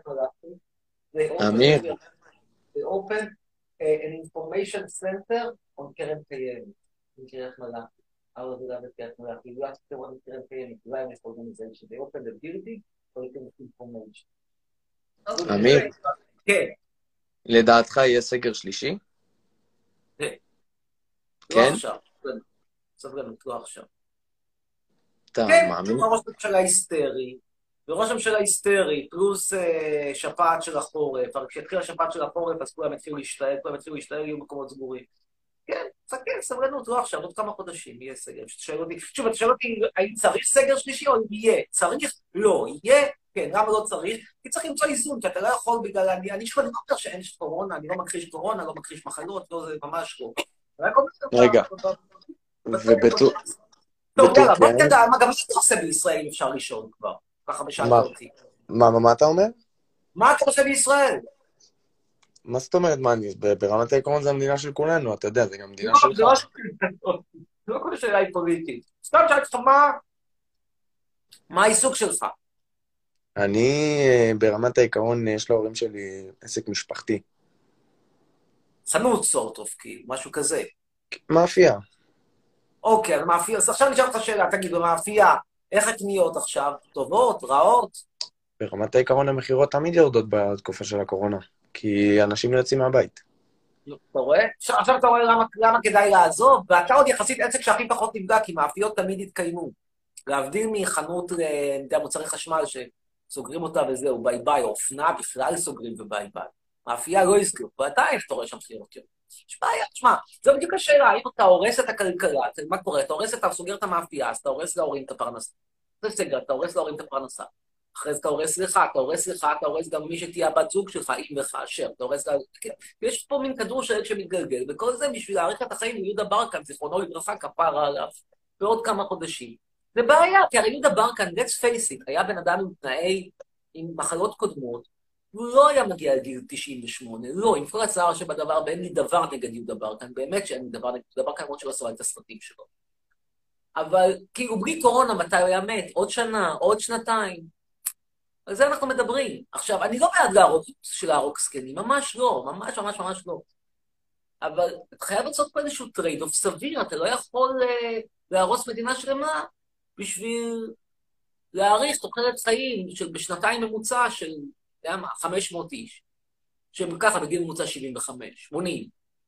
They Amir. opened, they opened uh, an information center on קרן קיימת, in קריית מלאכי. our עבודה בקריית מלאכי. You ask the one in קרן קיימת, wellness organization. They opened a building for information. אמיר, כן. לדעתך יהיה סגר שלישי? כן. כן? לא עכשיו. סבלנות, לא עכשיו. אתה כן, מאמין? ראש הממשלה היסטרי, וראש הממשלה היסטרי, פלוס אה, שפעת של החורף, אבל כשהתחילה השפעת של החורף, אז כולם התחילו להשתעל, כולם התחילו להשתעל, יהיו מקומות סגורים. כן, חכה, סבלנות, לא עכשיו, עוד כמה חודשים יהיה סגר. שתשאל אותי, שוב, אתה שואל אותי, האם צריך סגר שלישי או אם יהיה? צריך? לא. יהיה? כן, למה לא צריך? כי צריך למצוא איזון, כי אתה לא יכול בגלל, אני, אני שואל, אני לא אומר שאין קורונה, אני לא מכחיש קורונה, לא מכחיש מחלות, לא, זה ממש לא. רגע, ובטור... טוב, יאללה, בוא תדע, מה גם אתה עושה בישראל אם אפשר לשאול כבר? ככה בשעת אותי. מה, מה אתה אומר? מה אתה עושה בישראל? מה זאת אומרת, מה, אני, ברמת העיקרון זה המדינה של כולנו, אתה יודע, זה גם מדינה שלך. זה לא כל השאלה היא פוליטית. סתם שאלת אותך, מה... מה העיסוק שלך? אני, ברמת העיקרון, יש להורים שלי עסק משפחתי. צנות סורט אוף, כאילו, משהו כזה. מאפייה. אוקיי, אז מאפייה, אז עכשיו נשאר לך שאלה, תגיד, במאפייה, איך הקניות עכשיו? טובות, רעות? ברמת העיקרון המחירות תמיד יורדות בתקופה של הקורונה, כי אנשים לא יוצאים מהבית. אתה רואה? עכשיו אתה רואה למה, למה כדאי לעזוב, ואתה עוד יחסית עסק שהכי פחות נפגע, כי מאפיות תמיד יתקיימו. להבדיל מחנות, אני יודע, מוצרי חשמל שסוגרים אותה וזהו, ביי ביי, או אופנה בכלל סוגרים וביי ביי. מאפייה לא יסגרו, ועדיין אתה רואה שם מכירות יותר. יש בעיה, תשמע, זו בדיוק השאלה, האם אתה הורס את הכלכלה, מה קורה? אתה הורס, אתה סוגר את המאפייה, אז אתה הורס להורים את הפרנסה. זה סגר, אתה הורס להורים את הפרנסה. אחרי זה אתה הורס לך, אתה הורס לך, אתה הורס גם מי שתהיה הבת זוג שלך, אם וכאשר, אתה הורס גם... יש פה מין כדור שלג שמתגלגל, וכל זה בשביל להאריך את החיים ליהודה ברקן, זיכרונו לברכה, כפרה עליו, בעוד כמה חודשים. זה בעיה, כי הרי יהודה ברקן, let's face it, היה בן אדם עם תנאי, עם מחלות קודמות, הוא לא היה מגיע לגיל תשעים ושמונה, לא, עם כל הצער שבדבר, ואין לי דבר נגד יהודה ברקן, באמת שאין לי דבר נגד יהודה ברקן, למרות שלא עשו את הסרטים שלו. אבל כאילו בלי קורונה, מתי הוא היה מת? עוד שנה, עוד שנתיים. על זה אנחנו מדברים. עכשיו, אני לא בעד להרוג של להרוג זקנים, ממש לא, ממש ממש ממש לא. אבל אתה חייב לעשות פה איזשהו טרייד-אוף סביר, אתה לא יכול uh, להרוס מדינה שלמה בשביל להאריך תוחלת חיים של בשנתיים ממוצע של חמש מאות איש, שהם ככה בגיל ממוצע שבעים וחמש, שמונים.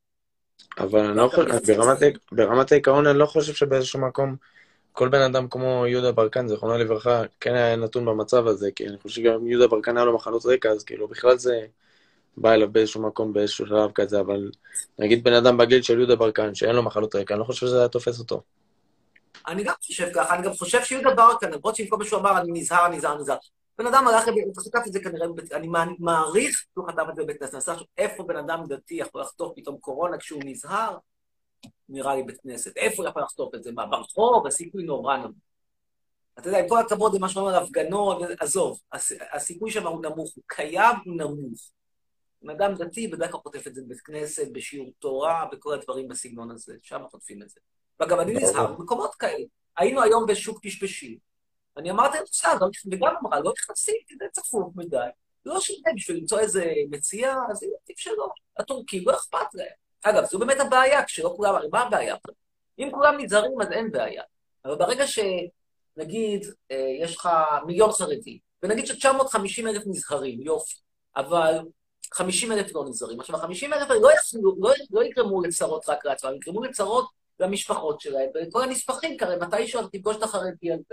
אבל אני לא חושב, ברמת, ברמת העיקרון אני לא חושב שבאיזשהו מקום כל בן אדם כמו יהודה ברקן, זכרונו לברכה, כן היה נתון במצב הזה, כי אני חושב שגם יהודה ברקן היה לו מחלות רקע, אז כאילו בכלל זה בא אליו באיזשהו מקום, באיזשהו שלב כזה, אבל נגיד בן אדם בגיל של יהודה ברקן, שאין לו מחלות רקע, אני לא חושב שזה היה תופס אותו. אני גם חושב ככה, אני גם חושב שיהודה ברקן, למרות שאם כל מישהו אמר, אני נזהר, נזהר, נזהר. בן אדם הלך, הוא חטף את זה כנראה, אני מעריך שהוא חטף את זה בבית כנסת, איפה בן אדם דתי יכול לחטוף פתאום קורונה כשהוא נזהר? נראה לי בית כנסת. איפה הוא יכול לחטוף את זה? מה, ברחוב? הסיכוי נורא נמוך. אתה יודע, עם כל הכבוד למה שאומרים על הפגנות, עזוב, הסיכוי שם הוא נמוך, הוא קיים, הוא נמוך. בן אדם דתי בדרך כלל חוטף את זה בבית כנסת, בשיעור תורה, בכל הדברים בסגנון הזה, שם חוטפים את זה. וגם אני נזהר במקומות כאלה. היינו היום בשוק פשפשים. אני אמרתי, וגם אמרה, לא נכנסים, כי זה צפוף מדי. לא שונה, בשביל למצוא איזה מציע, אז זה טיפ שלו. הטורקים לא אכפת להם. אגב, זו באמת הבעיה, כשלא כולם, הרי מה הבעיה? אם כולם נזהרים, אז אין בעיה. אבל ברגע שנגיד, יש לך מיליון חרדים, ונגיד ש-תשע מאות וחמישים אלף נזהרים, יופי, אבל חמישים אלף לא נזהרים. עכשיו, ה-חמישים אלף לא, לא, לא יגרמו לצרות רק לעצמם, יגרמו לצרות למשפחות שלהם, וכל הנספחים, כרי מתישהו אתה תפגוש את החרדי על זה,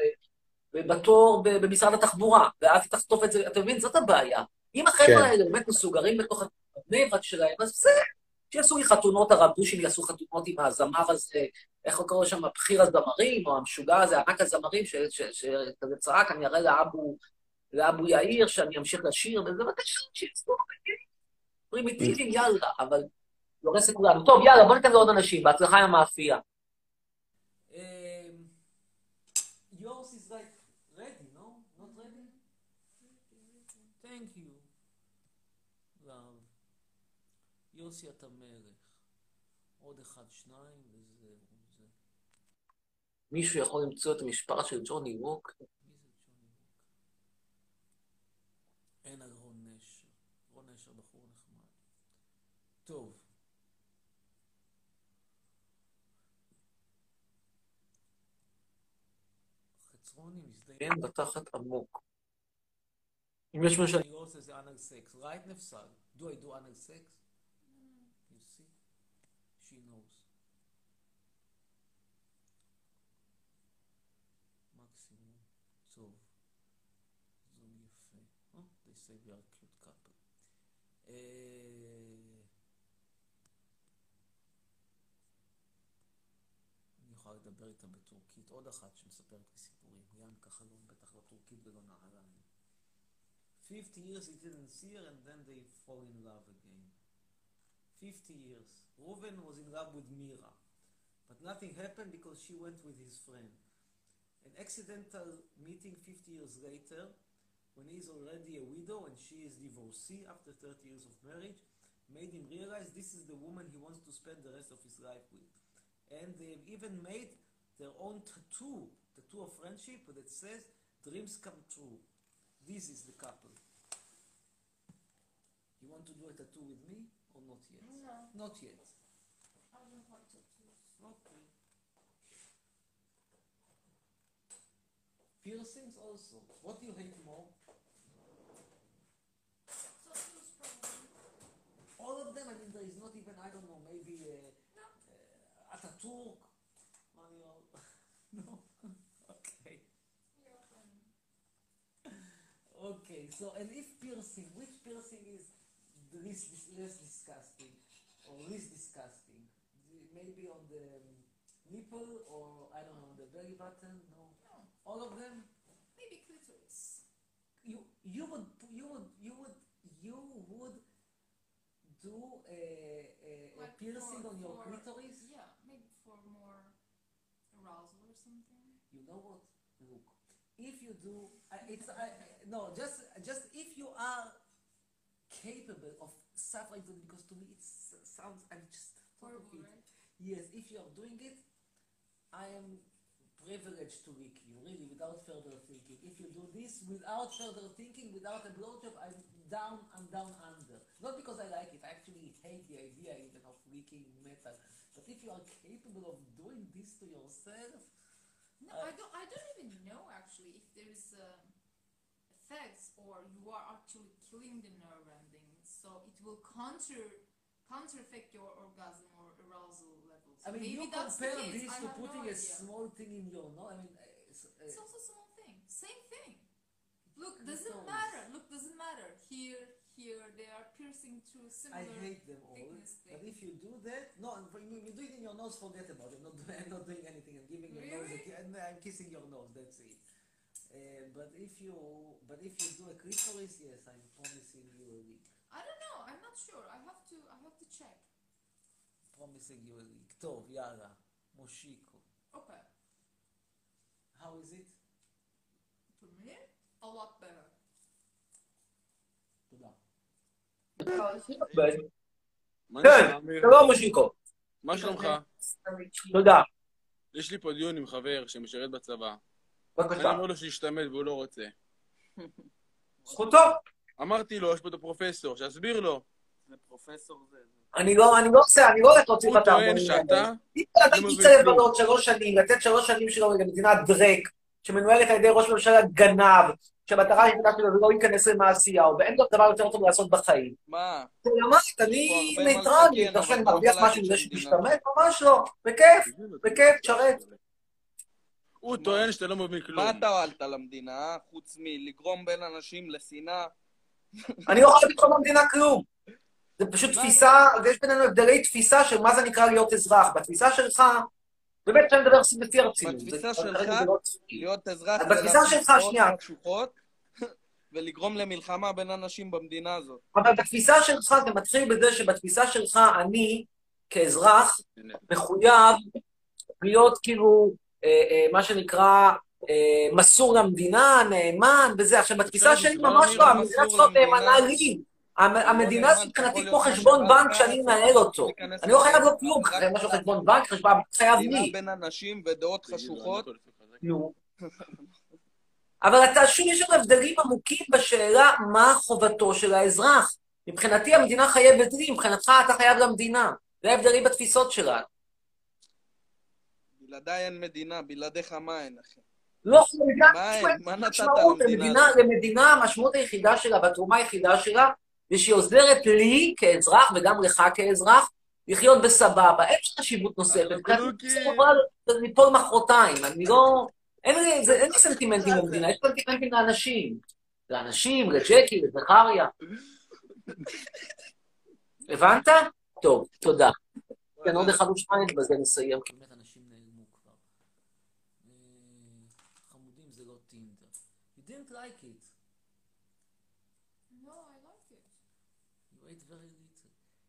ובתור במשרד התחבורה, ואז תחטוף את זה, אתה מבין, זאת הבעיה. אם החבר'ה האלה באמת מסוגרים בתוך הבני ברק שלהם, אז זה, שיעשו לי חתונות, הרבושים יעשו חתונות עם הזמר הזה, איך הוא קורא שם, בחיר הזמרים, או המשוגע הזה, ענק הזמרים, שכזה צעק, אני אראה לאבו, לאבו יאיר, שאני אמשיך לשיר, וזה בקשה, שיעשו, פרימיטיביים, יאללה, אבל יורס את כולנו. טוב, יאללה, בוא ניתן לעוד אנשים, בהצלחה עם המאפייה. Yours is like ready, no? Not ready? Thank you. love. יוסי אתה מלך. עוד אחד, שניים, וזה, וזה. מישהו יכול למצוא את המשפחה של ג'וני ווק? מי זה ג'וני ווק? אין על רון נשר. רון נשר בחור נחמד. טוב. חצרוני מזדיין. כן, בתחת עמוק. אם יש מה שאני לא עושה זה אנל סקס. right נפסל? Do I do anal sex? You see? She knows. מקסימום. טוב. זוג יפה. Oh, they say we are a cute couple. אני יכולה לדבר איתה בטורקית. עוד אחת שמספרת לי סיפורים. ינקה חלום בטח לא טורקית ולא נעליים. fifty years he didn't see her and then they fall in love again. fifty years. Reuven was in love with Mira. But nothing happened because she went with his friend. An accidental meeting fifty years later, when he is already a widow and she is divorcee after thirty years of marriage, made him realize this is the woman he wants to spend the rest of his life with. And they have even made their own tattoo, tattoo of friendship that says, dreams come true. This is the couple. You want to do a tattoo with me or not yet? No. Not yet. I don't want tattoos. Okay. Piercings also. What do you hate more? Tattoos probably. All of them? I mean, there is not even, I don't know, maybe a, No. a Ataturk? No. No? Okay. Okay, so and if piercing, which piercing is the least, less disgusting or least disgusting? The- Maybe on the um, nipple or I don't know, on the belly button? No, No, all of them. maybe clitoris. You you would you would you would you would do a, a, a Like piercing for- on your for- clitoris? Yeah, maybe for more arousal or something. You know what? Look, if you do, I it's I, no, just just if you are capable of suffering, because to me it sounds I'm just thought of Horrible, it. right? Yes, if you are doing it, I am privileged to lick you, really, without further thinking. If you do this without further thinking, without a blowjob, I'm down, I'm down under. Not because I like it, I actually hate the idea even of licking metal. But if you are capable of doing this to yourself, No, Uh, I don't. I don't even know actually if there is um, effects or you are actually killing the nerve endings, so it will counter counter affect your orgasm or arousal levels. I mean, Maybe you that's the compare case. this I to have putting no a idea. small thing in your nose. I mean, uh, it's, uh, It's also a small thing. Same thing. Look, Clitoris. doesn't matter. Look, doesn't matter. Here, here, they are piercing through I similar hate them all. thickness But thing. if you do that, no, and when you, you do it in your nose, forget about it. I'm not, doing, I'm not doing anything. I'm giving your nose. A, Really? ki- and I'm kissing your nose. That's it. Uh, but if you, but if you do a clitoris, yes, I'm promising you a leak. I don't know. I'm not sure. I have to. I have to check. Promising you a leak. טוב, יאללה. מושיקו. Okay. How is it? To me, a lot better. תודה. מה כן, נשמע, אמיר? שלום מושיקו. מה שלומך? תודה. יש לי פה דיון עם חבר שמשרת בצבא. בבקשה. אני אומר לו שישתמט והוא לא רוצה. זכותו. אמרתי לו, יש פה את הפרופסור, שיסביר לו. זה פרופסור זה. אני לא, אני לא עושה, אני לא הולך להוציא הוא לך את טוען ההרמונים האלה. שאתה אם אתה לא מבין תצא כלום. לבנות שלוש שנים, לתת שלוש שנים שלו למדינת דרק, שמנוהלת על ידי ראש ממשלה גנב, שהמטרה היחידה שלו זה לא להיכנס למעשיהו, ואין לו דבר יותר טוב לעשות בחיים. מה? אמרת, יש אני פה הרבה מה ניטרלי, לתקן, אתה חושב שאני אבל לא מרוויח יכול משהו להגיד מזה שהמדינה... שתשתמט? ממש לא. בכיף, בכיף, תשרת. הוא טוען שאתה לא מבין כלום. מה אתה הועלת למדינה, חוץ מלגרום בין אנשים לשנאה? אני לא יכול לתרום למדינה כלום. זה פשוט תפיסה, ויש בינינו הבדלי תפיסה של מה זה נקרא להיות אזרח. בתפיסה שלך, באמת שאני מדבר לפי הרצינות. בתפיסה שלך, להיות אזרח אז זה בתפיסה להכניס שלך, דעות שנייה. חשוכות ולגרום למלחמה בין אנשים במדינה הזאת. אבל בתפיסה שלך, זה מתחיל בזה שבתפיסה שלך, אני, כאזרח, מחויב להיות כאילו, אה, אה, מה שנקרא, אה, מסור למדינה, נאמן, וזה. עכשיו, בתפיסה שלי ממש לא, המדינה צריכה להיות נאמנה לי. המ- המדינה זה מבחינתי כמו חשבון בנק שאני מנהל אותו. אני לא חייב לו כלום, משהו חשבון בנק, חשבון בנק חייב מדינה לי. בין אנשים ודעות חשוכות. נו. אבל אתה שוב, יש לנו הבדלים עמוקים בשאלה מה חובתו של האזרח. מבחינתי המדינה חייבת לי, מבחינתך אתה חייב למדינה. זה ההבדלים בתפיסות שלנו. בלעדיי אין מדינה, בלעדיך מה אין, אחי? לא, למדינה, מה יש אין? מה נתת משמעות, למדינה למדינה, הזאת? למדינה, המשמעות היחידה שלה והתרומה היחידה שלה, זה שהיא עוזרת לי כאזרח וגם לך כאזרח, לחיות בסבבה. אין חשיבות נוספת. מבחינתי זה יכולה ליפול מחרתיים. אני לא... אין לי, זה, אין לי סנטימנטים למדינה, יש סנטימנטים לאנשים. לאנשים, לג'קי, לזכריה. הבנת? טוב, תודה. כן, עוד אחד ושתיים, בזה נסיים. באמת אנשים נעלמו כבר. חמודים זה לא טינדר. You didn't like it. No, I like it. You ate very little.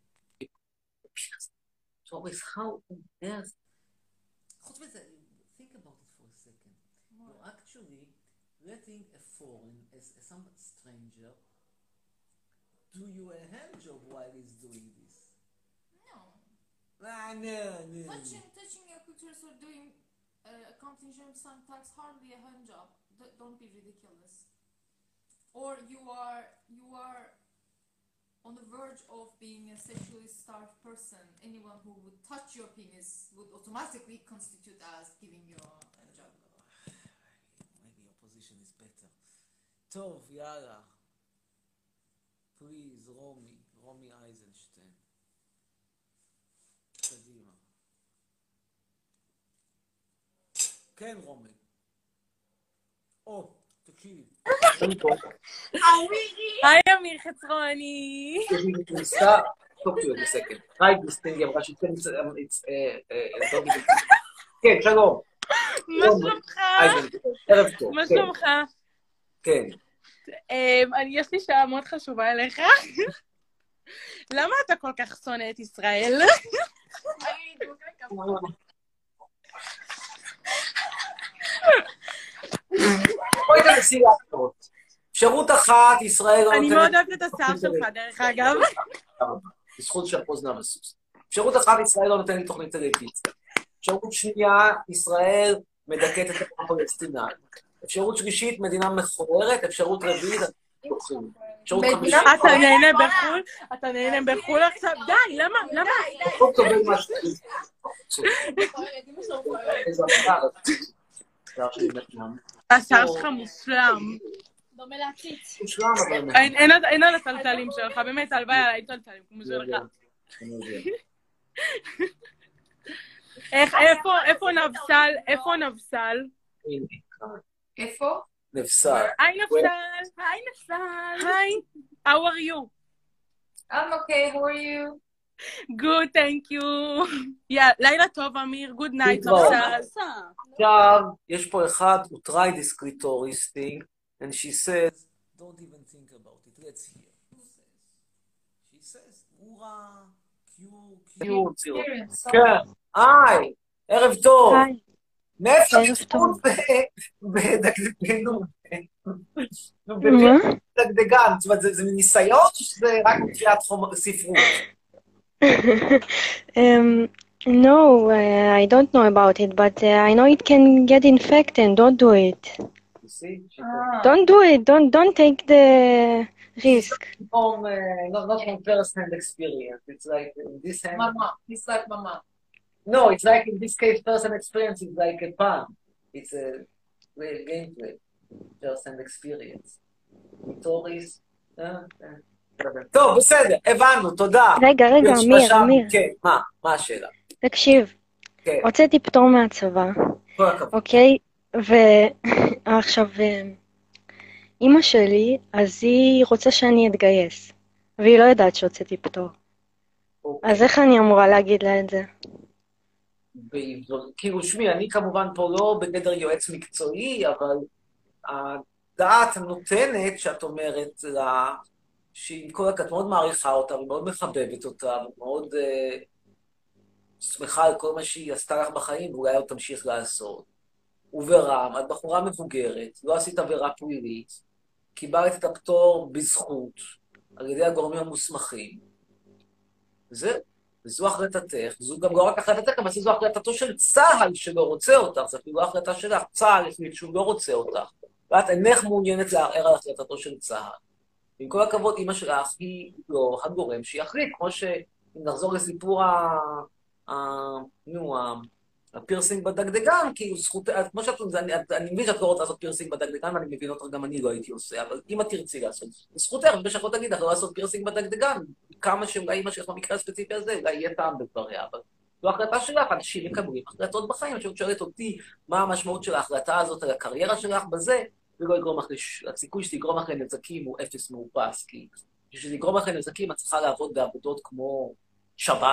So with how on earth? חוץ מזה, think about it for a second. You're actually letting a foreign, as, as some stranger, do you a hand job while he's doing this. No. Ah, no, no. Touching, touching your clitoris or doing uh, accounting sometimes hardly a hand job. D- don't be ridiculous. Or you are you are on the verge of being a sexually starved person. Anyone who would touch your penis would automatically constitute as giving you a hand job. Maybe your position is better. טוב, יאללה. Please, רומי, רומי אייזנשטיין. קדימה. כן, רומי. או, תקשיבי. היי, אמיר חצרוני. Talk to you in a second. Try this thing, אמרה שכן, it's... כן, שלום. מה שלומך? ערב טוב. מה שלומך? כן. יש לי שעה מאוד חשובה אליך. למה אתה כל כך שונא את ישראל? בואי תנסי לעשות. אפשרות אחת, ישראל... אני מאוד אוהבת את השיער שלך, דרך אגב. בזכות של פוזנם הסוס. אפשרות אחת, ישראל לא נותן לי תוכנית טלוויזיה. אפשרות שנייה, ישראל מדכאת את העם הפלסטיני. אפשרות שלישית, מדינה מכוערת. אפשרות רביעית, אפשרות חמישית. אתה נהנה בחול? אתה נהנה בחול עכשיו? די, למה? למה? לא תקבל משהו. השיער שלך מושלם. דומה להציץ. מושלם, אבל... אין על הטלטלים שלך, באמת, הלוואי עליי טלטלים, כמו שלך. איך, איפה, איפה נבסל? איפה נבסל? איפה? נבסל. היי נבסל. היי נבסל. היי. How are you? I'm okay, how are you? Good, thank you. Yeah, לילה טוב, אמיר. Good night, נבסל. עכשיו, יש פה אחד, הוא try this clitoris thing, and she says, don't even think about it, let's hear. She says, אורה, קיור, קיור. כן, היי, ערב טוב. מאיפה תשפוט בדגדגנו? בדגדגן, זאת אומרת, זה מניסיון או שזה רק מקריאת ספרות? No, uh, I don't know about it, but uh, I know it can get infected. Don't do it. You see? Ah. Don't do it. Don't don't take the risk. From, uh, not, not from first-hand experience. It's like in this hand... Mama. It's like mama. No, it's like in this case, first-hand experience is like a fun. It's a real gameplay. First-hand experience. Tories. טוב, בסדר, הבנו, תודה. רגע, רגע, אמיר, אמיר. כן, מה? מה השאלה? תקשיב, הוצאתי פטור מהצבא, אוקיי? ועכשיו, אמא שלי, אז היא רוצה שאני אתגייס, והיא לא יודעת שהוצאתי פטור. אז איך אני אמורה להגיד לה את זה? כאילו, שמי, אני כמובן פה לא בגדר יועץ מקצועי, אבל הדעת הנותנת שאת אומרת לה, שעם כל הכת מאוד מעריכה אותה ומאוד מחבבת אותה ומאוד uh, שמחה על כל מה שהיא עשתה לך בחיים ואולי עוד תמשיך לעשות. וברם, את בחורה מבוגרת, לא עשית עבירה פלילית, קיבלת את הפטור בזכות על ידי הגורמים המוסמכים. וזהו, וזו החלטתך, וזו גם לא רק החלטתך, אבל זו החלטתו של צה"ל שלא רוצה אותך, זו אפילו לא החלטה שלך, צה"ל החליט שהוא לא רוצה אותך, ואת אינך מעוניינת לערער על החלטתו של צה"ל. עם כל הכבוד, אמא שלך היא לא הגורם שיחליט, כמו שאם נחזור לסיפור ה... נו, הפירסינג בדגדגן, כאילו זכות... כמו שאת... אני מבין שאת לא רוצה לעשות פירסינג בדגדגן, ואני מבין אותך, גם אני לא הייתי עושה, אבל אם את תרצי לעשות, זכותך, ובשביל לא תגיד לך לא לעשות פירסינג בדגדגן, כמה שאולי אמא שלך במקרה הספציפי הזה, אולי יהיה טעם בדבריה, אבל זו החלטה שלך, אנשים מקבלים החלטות בחיים, כשאת שואלת אותי מה המשמעות של ההחלטה הזאת על הקריירה שלך בזה, ולא יגרום לך, הסיכוי שתגרום לך לנזקים הוא אפס מאופס, כי כשזה יגרום לך לנזקים, את צריכה לעבוד בעבודות כמו שב"כ,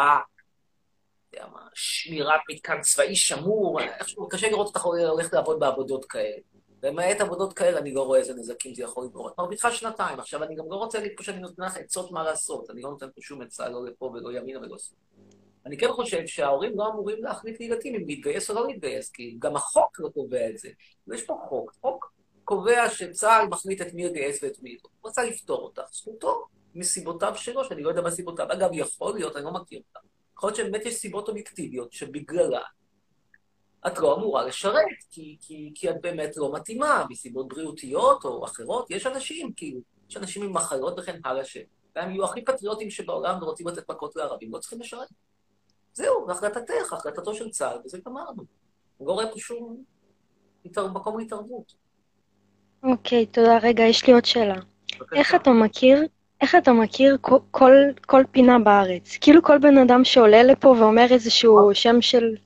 שמירת מתקן צבאי שמור, איכשהו קשה לראות אותך הולכת לעבוד בעבודות כאלה. ומעט עבודות כאלה אני לא רואה איזה נזקים זה יכול לגרום. את מרוויחה שנתיים, עכשיו אני גם לא רוצה להגיד פה שאני נותן לך עצות מה לעשות, אני לא נותן פה שום עצה, לא לפה ולא ימינה ולא שמאלה. אני כן חושב שההורים לא אמורים להחליט לילדים אם להתגייס או לא להתגייס, כי גם החוק לא קובע את זה. יש פה חוק, חוק קובע שצה"ל מחליט את מי לגייס ואת מי לא. הוא רוצה לפתור אותך, זכותו מסיבותיו שלו, שאני לא יודע מה סיבותיו. אגב, יכול להיות, אני לא מכיר אותה. יכול להיות שבאמת יש סיבות אובייקטיביות שבגללה את לא אמורה לשרת, כי, כי, כי את באמת לא מתאימה, מסיבות בריאותיות או אחרות. יש אנשים, כאילו, יש אנשים עם מחלות וכן הלאה שהם יהיו הכי פטריוטים שבעולם ורוצים לתת מכות לערבים, לא צריכים לשרת. זהו, החלטתך, החלטתו של צה"ל, וזה גמרנו. הוא לא רואה פה שום מקום להתערבות. אוקיי, תודה. רגע, יש לי עוד שאלה. איך אתה מכיר, איך אתה מכיר כל, כל, כל פינה בארץ? כאילו כל בן אדם שעולה לפה ואומר איזשהו שם של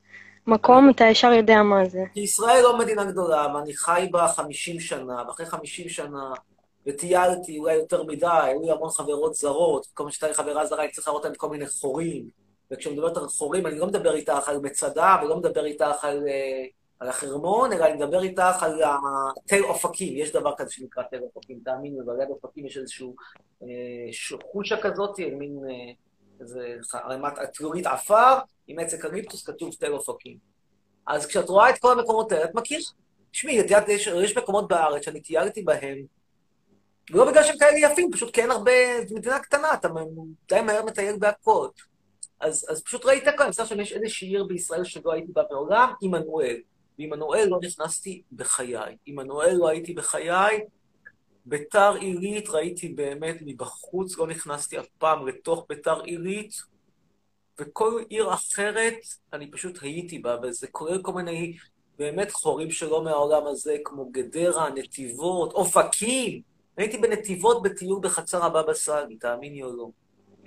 מקום, אתה ישר יודע מה זה. כי ישראל לא מדינה גדולה, ואני חי בה חמישים שנה, ואחרי חמישים שנה, וטיילתי אולי יותר מדי, היו לי המון חברות זרות, כל מה שהייתה לי חברה זרה, הייתי צריך לראות להם כל מיני חורים, וכשאני מדבר על חורים, אני לא מדבר איתך על מצדה, ולא מדבר איתך על, על החרמון, אלא אני מדבר איתך על תל אופקים, יש דבר כזה שנקרא תל אופקים, תאמין, ובליד אופקים יש איזשהו אה, חושה כזאת, מין אה, איזה רמת תלולית עפר, עם עץ אקליפטוס, כתוב תל אופקים. אז כשאת רואה את כל המקומות האלה, את מכיר? תשמעי, יש, יש מקומות בארץ שאני טיילתי בהם, ולא בגלל שהם כאלה יפים, פשוט כי אין הרבה, זו מדינה קטנה, אתה די מהר מטייל בהכל. אז, אז פשוט ראית כאן, בסדר שיש איזושהי עיר בישראל שלא הייתי בה מעולם, עמנואל. ועמנואל לא נכנסתי בחיי. עמנואל לא הייתי בחיי, ביתר עילית ראיתי באמת מבחוץ, לא נכנסתי אף פעם לתוך ביתר עילית, וכל עיר אחרת אני פשוט הייתי בה, וזה כולל כל מיני באמת חורים שלא מהעולם הזה, כמו גדרה, נתיבות, אופקים. הייתי בנתיבות בטיול בחצר הבבא סאלי, תאמיני או לא.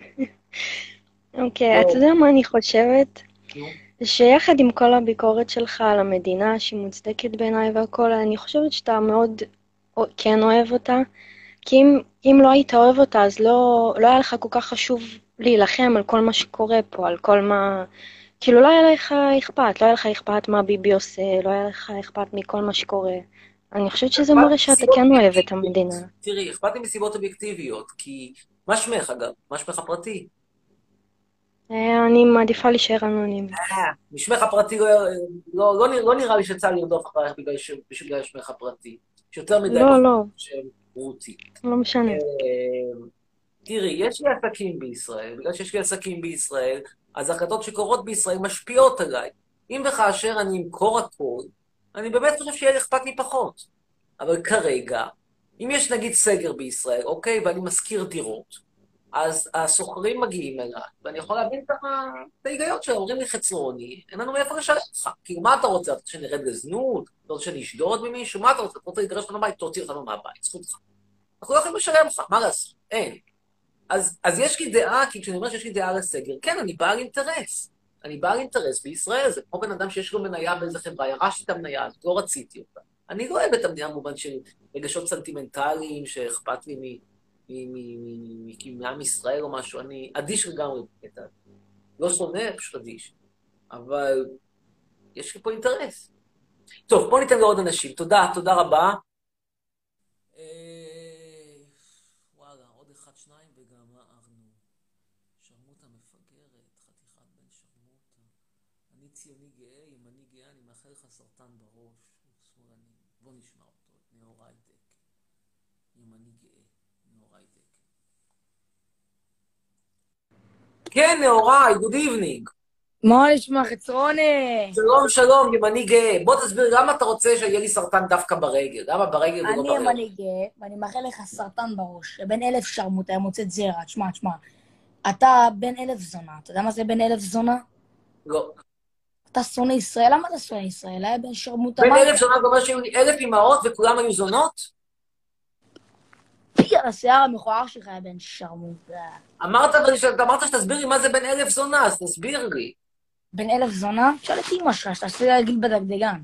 אוקיי, אתה יודע מה אני חושבת? שיחד עם כל הביקורת שלך על המדינה, שהיא מוצדקת בעיניי והכל, אני חושבת שאתה מאוד כן אוהב אותה, כי אם, אם לא היית אוהב אותה, אז לא, לא היה לך כל כך חשוב להילחם על כל מה שקורה פה, על כל מה... כאילו לא היה לך אכפת, לא היה לך אכפת מה ביבי עושה, לא היה לך אכפת מכל מה שקורה. אני חושבת שזה מראה שאתה כן אוהב את המדינה. תראי, אכפת לי מסיבות אובייקטיביות, כי... מה שמך אגב? מה שמך הפרטי? אני מעדיפה להישאר אנונימית. משמך הפרטי לא נראה לי שצא לרדוף אחריך בגלל שמך הפרטי. יש יותר מדי... לא, לא. שהם רותי. לא משנה. תראי, יש לי עסקים בישראל, בגלל שיש לי עסקים בישראל, אז החלטות שקורות בישראל משפיעות עליי. אם וכאשר אני אמכור הכל, אני באמת חושב שיהיה אכפת לי פחות. אבל כרגע, אם יש נגיד סגר בישראל, אוקיי, ואני מזכיר דירות, אז הסוחרים מגיעים אליי, ואני יכול להבין את ההיגיון שלהם, אומרים לי חצרוני, אין לנו מאיפה לשלם לך. כאילו, מה אתה רוצה? אתה רוצה שנרד לזנות? אתה רוצה שנשדוד ממישהו? מה אתה רוצה? אתה רוצה להתגרש אותנו מהבית? תוציא אותנו מהבית, זכותך. אנחנו לא יכולים לשלם לך, מה לעשות? אין. אז, אז יש לי דעה, כי כשאני אומר שיש לי דעה לסגר, כן, אני בעל אינטרס. אני בעל אינטרס בישראל, זה כמו בן אדם שיש לו מניה באיזה חברה, ירשתי את המניה, אז לא רציתי אותה. אני לא אוהב את המדינה במובן של רגשות סנטימנטליים, שאכפת לי מעם ישראל או משהו, אני אדיש לגמרי בקטע. לא שונא, פשוט אדיש. אבל יש לי פה אינטרס. טוב, בואו ניתן לעוד אנשים. תודה, תודה רבה. וואלה, עוד אחד, שניים וגמרנו. שרמוטה מפגרת, חתיכת בן שרמוטה. אני ציוני גאה, ימני גאה, אני מאחל לך סרטן בראש. שמאלני. בוא נשמע אותו, נאורי דק. ימני גאה. כן, נאורי, good evening. מה נשמע, חצרוני? שלום, שלום, ימני גאה. בוא תסביר, למה אתה רוצה שיהיה לי סרטן דווקא ברגל? למה ברגל ולא ברגל? אני ימני גאה, ואני מאחל לך סרטן בראש. בן אלף שרמוטה, היה מוצאת זרע. תשמע, תשמע. אתה בן אלף זונה. אתה יודע מה זה בן אלף זונה? לא. אתה שונא ישראל? למה אתה שונא ישראל? היה בן שרמוטה. בן אלף זונה, זאת אומרת שהיו לי אלף אמהות וכולם היו זונות? פי על השיער המכוער שלך היה בן שרמוטה. אמרת, אמרת שתסביר לי מה זה בן אלף זונה, אז תסביר לי. בן אלף זונה? תשאל את אמא שלך, שתעשה לה גיל בדגדגן.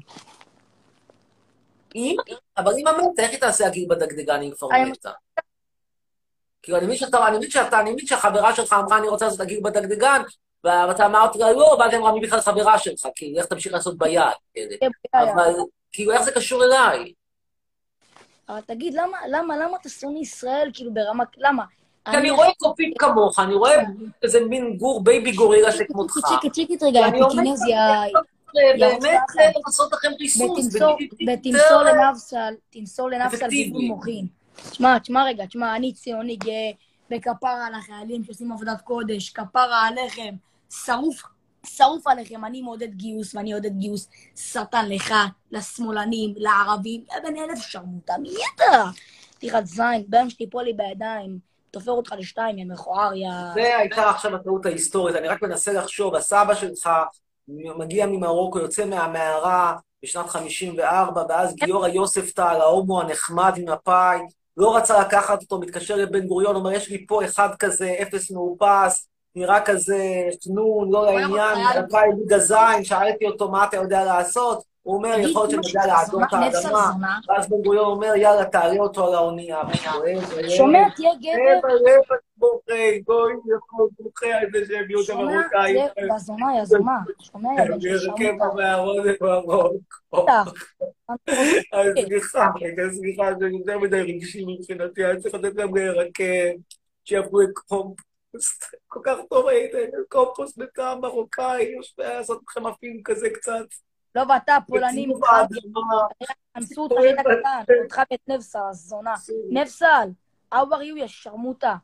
אמא? אבל אמא מתה, איך היא תעשה הגיל בדגדגן אם כבר מתה? כאילו, אני מבין שאתה, אני מבין שאתה, אני מבין שהחברה שלך אמרה, אני רוצה לעשות הגיל בדגדגן, ואתה אמרת לה, לא, ואתה אמרה, מי בכלל חברה שלך, כאילו, איך תמשיך לעשות ביד? אבל, כאילו, איך זה קשור אליי? אבל תגיד, למה, למה, למה אתה שונא ישראל, כאילו, ברמה, למה? כי אני רואה קופים כמוך, אני רואה איזה מין גור, בייבי גורילה שכמותך. צ'יקי, צ'יקי, רגע, הפיקינזיה... באמת, לעשות לכם ריסוס. ותמסור לנבסל, תמסור לנבסל ביגול מוחין. תשמע, תשמע רגע, תשמע, אני ציוני גאה, בכפרה על החיילים שעושים עבודת קודש, כפרה עליכם, שרוף, שרוף עליכם, אני מעודד גיוס, ואני מעודד גיוס, סרטן לך, לשמאלנים, לערבים, בן אלף שרמוטה, מי אתה? תיחת זין, בן שתיפול לי בידיים, תופר אותך לשתיים, יא מכוער, יא... זה הייתה עכשיו הטעות ההיסטורית, אני רק מנסה לחשוב, הסבא שלך מגיע ממרוקו, יוצא מהמערה בשנת חמישים וארבע, ואז גיורא יוספטל, ההומו הנחמד עם הפאי, לא רצה לקחת אותו, מתקשר לבן גוריון, אומר, יש לי פה אחד כזה, אפס מאופס, נראה כזה חנון, לא לעניין, נראה לי גזיים, שאלתי אותו מה אתה יודע לעשות, הוא אומר, יכול להיות שאני יודע לעזור את האדמה, ואז בן גוריון אומר, יאללה, תעלה אותו על האונייה, שומע, תהיה גבר. רבע, בוחי, גוי, יכול, בוחי, איזה שהם יהיו את המרוקאים. שומע, בזונה, יא זומה, שומע, יא בן של שרמוטה. כיפה מהרון למרוקו. אז סליחה, רגע, סליחה, זה יותר מדי רגשי מבחינתי, אני צריך לתת להם להירקם, שיעברו את קומפוסט, כל כך טוב הייתם, קומפוסט בטעם מרוקאי, יש לעשות לכם אפילו כזה קצת. לא, ואתה פולנים, אנסו אותך היית קטן, אותך ואת נבסל, הזונה. נבסל, how are you, יא שרמוטה?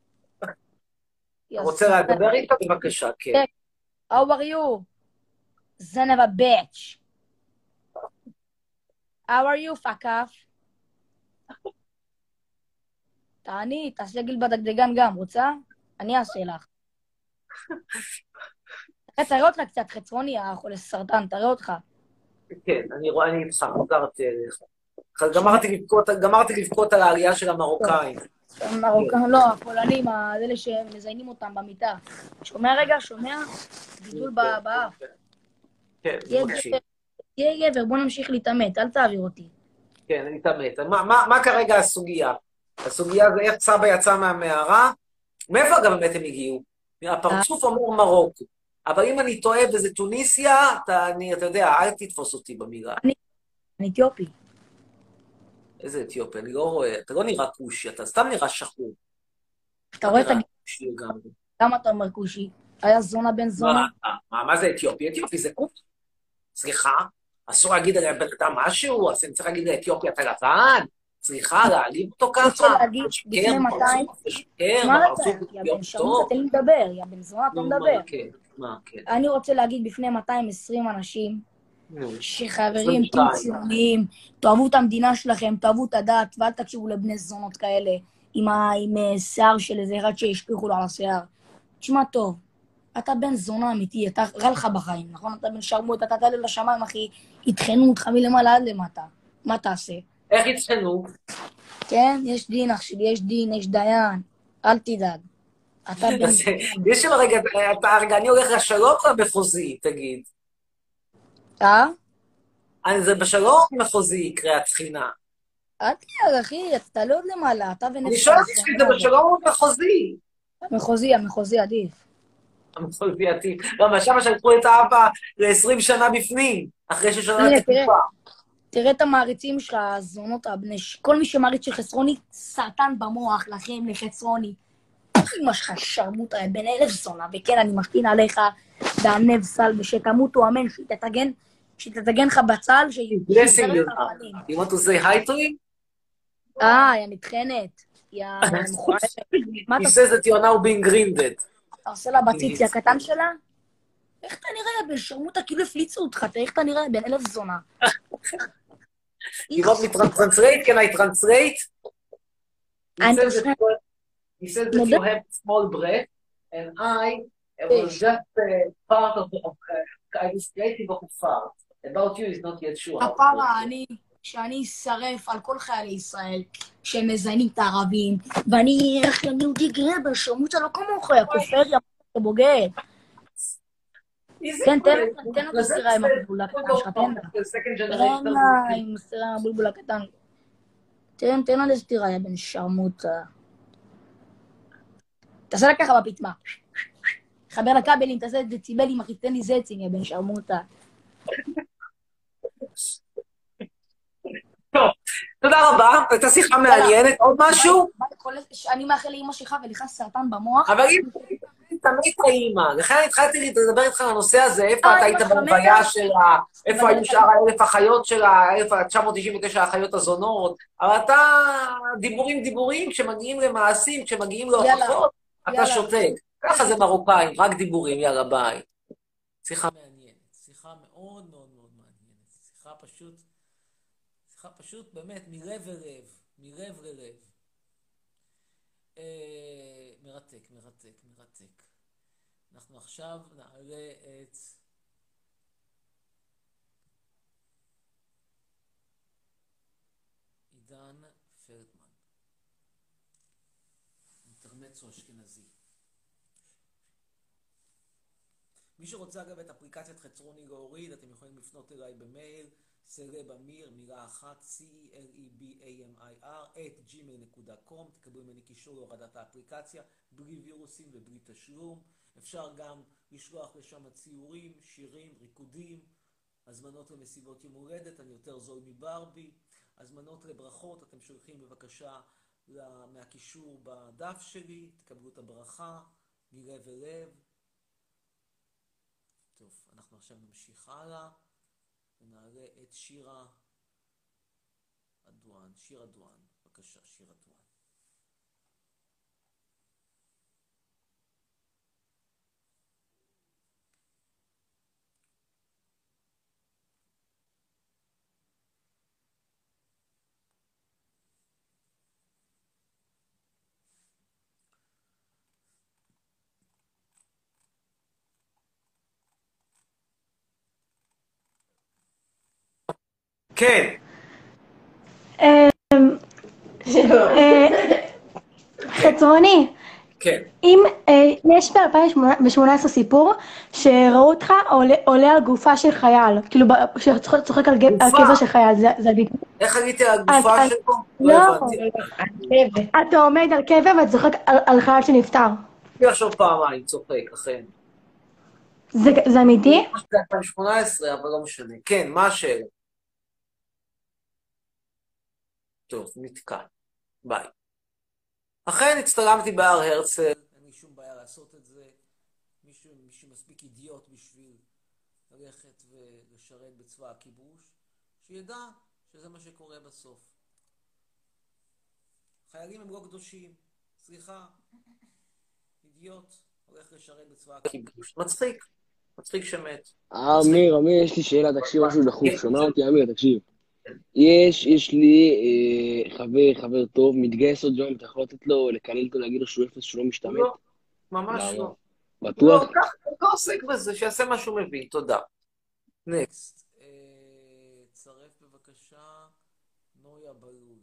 אתה רוצה לדבר איתו? בבקשה, כן. how are you? זנב הביץ'. how are you, פאקף? תעני, תעשה גיל בדגדגן גם, רוצה? אני אעשה לך. תראה אותך קצת חצרוני, החולה סרטן, תראה אותך. כן, אני רואה, אני איתך, חזרתי אליך. גמרתי לבכות על העלייה של המרוקאים. המרוקאים, לא, הפולנים, אלה שמזיינים אותם במיטה. שומע רגע, שומע? גידול באף. כן, מקשיב. תהיה גבר, בוא נמשיך להתאמת, אל תעביר אותי. כן, אני אתאמת. מה כרגע הסוגיה? הסוגיה זה איך סבא יצא מהמערה, מאיפה אגב באמת הם הגיעו? הפרצוף אומר מרוקו. אבל אם אני טועה וזה טוניסיה, אתה, אני, אתה יודע, אל תתפוס אותי במילה. אני, אני אתיופי. איזה אתיופי? אני לא רואה, אתה לא נראה קושי, אתה סתם נראה שחור. אתה רואה את הגיל? למה אתה אומר קושי? היה זונה בן זונה? מה, מה זה אתיופי? אתיופי זה קושי. סליחה, אסור להגיד עליה בן אדם משהו, אז אני צריך להגיד לאתיופי אתה לבן. סליחה, להעליב אותו ככה. רוצה להגיד, לפני מאתיים... מה אתה? יא בן שרמוטה, תן לי לדבר, יא בן זונה, תן לדבר. מה, כן. אני רוצה להגיד בפני מאתיים ועשרים אנשים, שחברים, תהיו ציוניים, תאהבו את המדינה שלכם, תאהבו את הדת, ואל תקשיבו לבני זונות כאלה, עם שיער של איזה אחד שהשפיכו לו על השיער. תשמע טוב, אתה בן זונה אמיתי, אתה רע לך בחיים, נכון? אתה בן שרמוט, אתה תעלה לשמיים, אחי, יטחנו אותך מלמעלה עד למטה. מה תעשה? איך יטחנו? כן, יש דין, אח שלי, יש דין, יש דיין, אל תדאג. אתה בן זונה. יש שם רגע, אני הולך לשלום או במחוזי, תגיד? אה? זה בשלום מחוזי יקרה התחינה. אל תדאג, אחי, אתה תעלה עוד למעלה, אתה ונפסל. אני שואלת אותי, זה בשלום או מחוזי? המחוזי, המחוזי עדיף. המחוזי עדיף. לא, מהשמה שלקחו את האבא ל-עשרים שנה בפנים, אחרי ששנה לתקופה. תראה את המעריצים שלך, הזונות הבני, כל מי שמעריץ של חסרוני, סרטן במוח לכם, לחסרוני. אמא שלך שרמוטה, בן אלף זונה, וכן, אני משתין עליך, והנב סל, ושתמותו אמן, שתתגן, שתתגן לך בצל, blessing you. You want to say hi to him? אה, יא מתחנת. יא מכוערת. He says that you are now being grinded. אתה עושה לה בציצי הקטן שלה? איך אתה נראה, בן שרמוטה, כאילו הפליצו אותך, איך אתה נראה, בן אלף זונה. You want me to translate? Can I translate? He says that you have small breath, and I was just part of the... I was creative of a fart. About you is not yet sure. הפרה, אני, שאני אשרף על כל חיילי ישראל, שהם מזיינים את הערבים, ואני, איך אני יהודי גאה, בן שרמוטה לא כמוך, הכופר, יא בוגד. תן, תן, תן לו סירה עם הבולבול הקטן שלך, תן לה. תן לה עם סירה עם הבולבול הקטן. תן, תן לה סטירה, יא בן שרמוטה. תעשה לה ככה בפתמה. חבר לכבלים, תעשה דציבלים, אחי, תן לי זצים, יא בן שרמוטה. טוב, תודה רבה, הייתה שיחה מעניינת. עוד משהו? אני מאחל לאמא שלך ולך סרטן במוח. אבל אם תמיד האמא, לכן התחלתי לדבר איתך על הנושא הזה, איפה אתה היית בהלוויה שלה, איפה היו שאר האלף החיות שלה, איפה תשע מאות תשעים ותשע החיות הזונות, אבל אתה דיבורים דיבורים, כשמגיעים למעשים, כשמגיעים להוכחות, אתה שותק. ככה זה מרוקאים, רק דיבורים, יאללה ביי. שיחה מעניינת, שיחה מאוד מאוד מאוד מעניינת, שיחה פשוט, שיחה פשוט באמת מלב ללב, מלב ללב. מרתק, מרתק, מרתק. אנחנו עכשיו נעלה את עידן פלדמן, אינטרמצו אשכנזי. מי שרוצה אגב את אפליקציית חצרוני להוריד, אתם יכולים לפנות אליי במייל, סלב אמיר, מילה אחת, C-E-L-E-B-A-M-I-R, את ג'ימייל נקודה קום, תקבלו ממני קישור להורדת האפליקציה, בלי וירוסים ובלי תשלום. אפשר גם לשלוח לשם ציורים, שירים, ריקודים, הזמנות למסיבות יום הולדת, אני יותר זול מברבי, הזמנות לברכות, אתם שולחים בבקשה מהקישור בדף שלי, תקבלו את הברכה, מלב אל לב. טוב, אנחנו עכשיו נמשיך הלאה, ונעלה את שירה אדואן. שירה אדואן, בבקשה, שירה אדואן. כן. חצרוני, כן. אם יש ב-אלפיים שמונה עשרה סיפור שראו אותך עולה על גופה של חייל, כאילו שצוחק על קבר של חייל, זה הביטוי. איך עליתי על גופה שלו? לא, אתה עומד על קבר ואתה צוחק על חייל שנפטר. אני עכשיו פעמיים צוחק, אכן. זה אמיתי? זה אלפיים שמונה עשרה, אבל לא משנה. כן, מה השאלה? טוב, נתקע. ביי. אכן הצטלמתי בהר הרצל, אין לי שום בעיה לעשות את זה. מישהו, מישהו מספיק אידיוט בשביל ללכת ולשרת בצבא הכיבוש, שידע שזה מה שקורה בסוף. חיילים הם לא קדושים, סליחה, אידיוט הולך לשרת בצבא הכיבוש. מצחיק, מצחיק שמת. אמיר, אמיר, יש לי שאלה, תקשיב משהו דחוף, שומע אותי, אמיר, תקשיב. יש, יש לי אה, חבר, חבר טוב, מתגייס עוד יום, אתה יכול לתת לו, לקלל אותו, להגיד לו שהוא אפס, שהוא לא משתמט? לא, ממש לא. בטוח? לא, כך, לא עוסק בזה, שיעשה מה שהוא מבין, תודה. נקסט. צרף בבקשה נויה בלולו.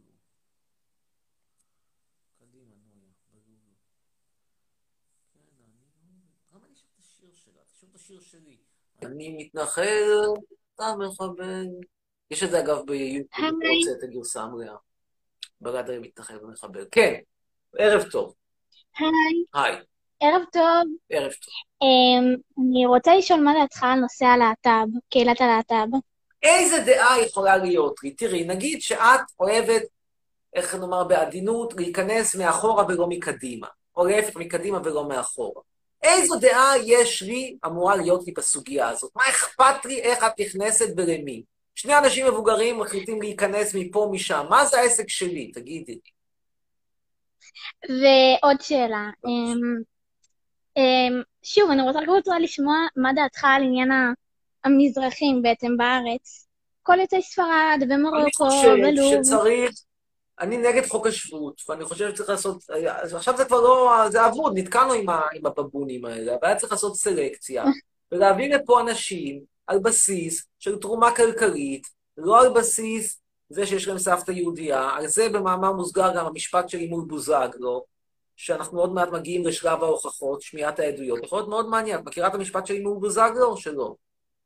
קדימה, נויה בלולו. כן, אני... למה אני שוב את השיר שלה? תשוב את השיר שלי. אני מתנחל, אתה מחבל. יש את זה אגב ביוטיוב, רוצה את הגרסה המלאה. בגד הרי מתנחל ומחבל. כן, ערב טוב. היי. היי. ערב טוב. ערב טוב. אני רוצה לשאול מה דעתך על נושא הלהט"ב, קהילת הלהט"ב. איזה דעה יכולה להיות לי? תראי, נגיד שאת אוהבת, איך נאמר בעדינות, להיכנס מאחורה ולא מקדימה. או להפך מקדימה ולא מאחורה. איזו דעה יש לי, אמורה להיות לי בסוגיה הזאת? מה אכפת לי איך את נכנסת ולמי? שני אנשים מבוגרים מחליטים להיכנס מפה, משם. מה זה העסק שלי? תגידי לי. ועוד שאלה. שוב, אני רוצה רק לשמוע מה דעתך על עניין המזרחים בעצם בארץ. כל יוצאי ספרד ומרוקו ולוב. אני חושב שצריך, אני נגד חוק השבות, ואני חושב שצריך לעשות, עכשיו זה כבר לא, זה עבוד, נתקענו עם הבבונים האלה, אבל היה צריך לעשות סלקציה, ולהביא לפה אנשים על בסיס של תרומה כלכלית, לא על בסיס זה שיש להם סבתא יהודייה, על זה במאמר מוסגר גם המשפט שלי מול בוזגלו, שאנחנו עוד מעט מגיעים לשלב ההוכחות, שמיעת העדויות. יכול להיות מאוד מעניין. את מכירה את המשפט שלי מול בוזגלו או שלא?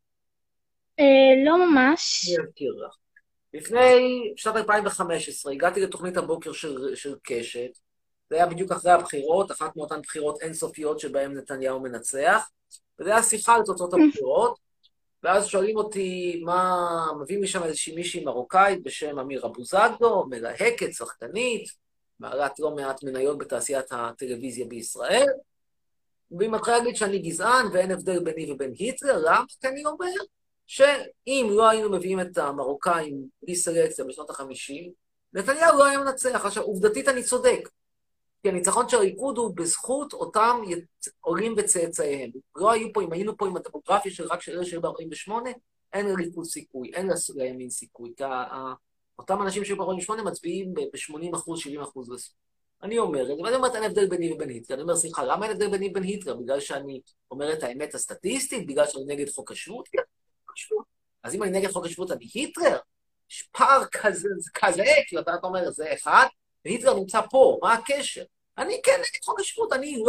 לא ממש. אני אזכיר לך. לפני שנת אלפיים וחמש עשרה הגעתי לתוכנית הבוקר של, של קשת, זה היה בדיוק אחרי הבחירות, אחת מאותן בחירות אינסופיות שבהן נתניהו מנצח, וזה היה שיחה על תוצאות הבחירות, ואז שואלים אותי מה, מביאים לי שם איזושהי מישהי מרוקאית בשם אמירה בוזגלו, מלהקת, שחקנית, בעלת לא מעט מניות בתעשיית הטלוויזיה בישראל, והיא מתחילה להגיד שאני גזען ואין הבדל ביני ובין היטלר, למה? כי אני אומר שאם לא היינו מביאים את המרוקאים בלי סלקציה בשנות ה-חמישים, נתניהו לא היה מנצח. עכשיו, עובדתית אני צודק, כי הניצחון של הליכוד הוא בזכות אותם עולים וצאצאיהם. לא היו פה, אם היינו פה עם הדמוגרפיה של רק של אלה שהיו ב-ארבעים ושמונה, אין לליכוד סיכוי, אין לימין סיכוי, כי אותם אנשים שהיו ב-ארבעים ושמונה מצביעים ב-שמונים אחוז, שבעים אחוז לסיכוי. אני אומר, ואני אומרת, אין הבדל ביני ובין היטלר. אני אומר, סליחה, למה אין הבדל ביני ובין היטלר? בגלל שאני אומר את האמת הסטטיסטית, בגלל שאני נגד חוק השבות? אז אם אני נגד חוק השבות, אני היטלר? יש פער כזה, כזה, כי אתה אומר, זה אחד, והיטלר נמצא פה, מה הקשר? אני כן נגד חוק השבות, אני לא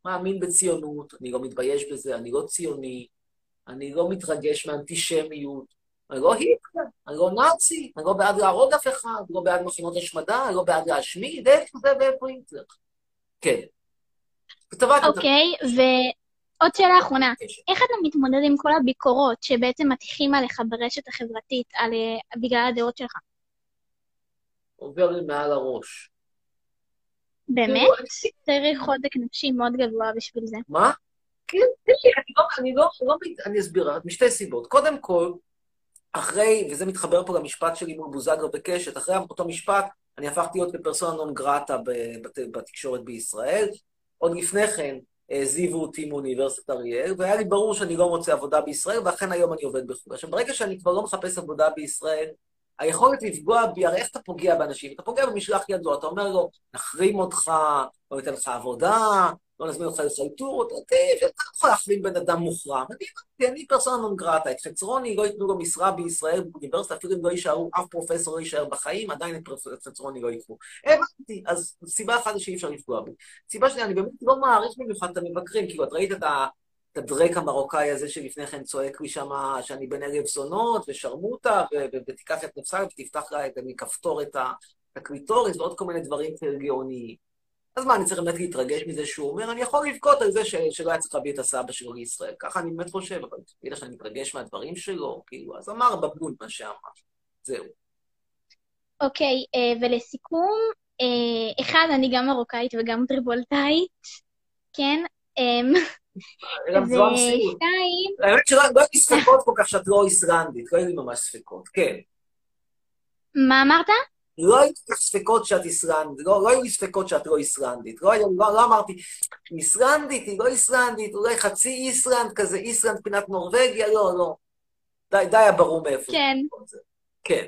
מאמין בציונות, אני לא מתבייש בזה, אני לא ציוני, אני לא מתרגש מאנטישמיות, אני לא היטלר, אני לא נאצי, אני לא בעד להרוג אף אחד, אני לא בעד מכינות השמדה, אני לא בעד להשמיד, איפה זה ואיפה היטלר. כן. אוקיי, ועוד שאלה אחרונה, איך אתה מתמודד עם כל הביקורות שבעצם מטיחים עליך ברשת החברתית בגלל הדעות שלך? עובר לי מעל הראש. באמת? צריך חוזק נפשי מאוד גבוה בשביל זה. מה? כן, אני לא, אני אסביר, משתי סיבות. קודם כל, אחרי, וזה מתחבר פה למשפט שלי מול בוזגלו בקשת, אחרי אותו משפט, אני הפכתי להיות בפרסונה נון גרטה בתקשורת בישראל. עוד לפני כן, העזיבו אותי מאוניברסיטת אריאל, והיה לי ברור שאני לא מוצא עבודה בישראל, ואכן היום אני עובד בחו"ל. עכשיו, ברגע שאני כבר לא מחפש עבודה בישראל, היכולת לפגוע בי, הרי איך אתה פוגע באנשים? אתה פוגע במשלח ידו, אתה אומר לו, נחרים אותך, לא ניתן לך עבודה, לא נזמין אותך לחלטורות, אתה יכול להחרים בן אדם מוחרם. אני, אני פרסונה נון גרטה, את חצרוני לא ייתנו לו משרה בישראל באוניברסיטה, אפילו אם לא יישארו, אף פרופסור לא יישאר בחיים, עדיין את חצרוני לא יקחו. הבנתי, אז סיבה אחת שאי אפשר לפגוע בי. סיבה שלי, אני באמת לא מעריך במיוחד את המבקרים, כאילו, את ראית את ה... את הדרק המרוקאי הזה שלפני כן צועק לי שמה שאני בן אלף זונות ושרמוטה, ותיקח את נפסה ותפתח לה מכפתור את הקליטוריס ועוד כל מיני דברים גאוניים. אז מה, אני צריך באמת להתרגש מזה שהוא אומר, אני יכול לבכות על זה שלא היה צריך להביא את הסבא שלו לישראל. ככה אני באמת חושב, אבל תגיד שאני מתרגש מהדברים שלו, כאילו, אז אמר בבון מה שאמר. זהו. אוקיי, ולסיכום, אחד, אני גם מרוקאית וגם טריפוליטאית, כן? ושתיים... האמת שלא היו לי ספקות כל כך שאת לא איסלנדית, לא היו לי ממש ספקות, כן. מה אמרת? לא היו לי ספקות שאת איסלנדית, לא היו לי ספקות שאת לא איסלנדית, לא אמרתי, איסלנדית היא לא איסלנדית, אולי חצי איסלנד כזה, איסלנד פינת נורווגיה, לא, לא. די הברור מאיפה. כן. כן.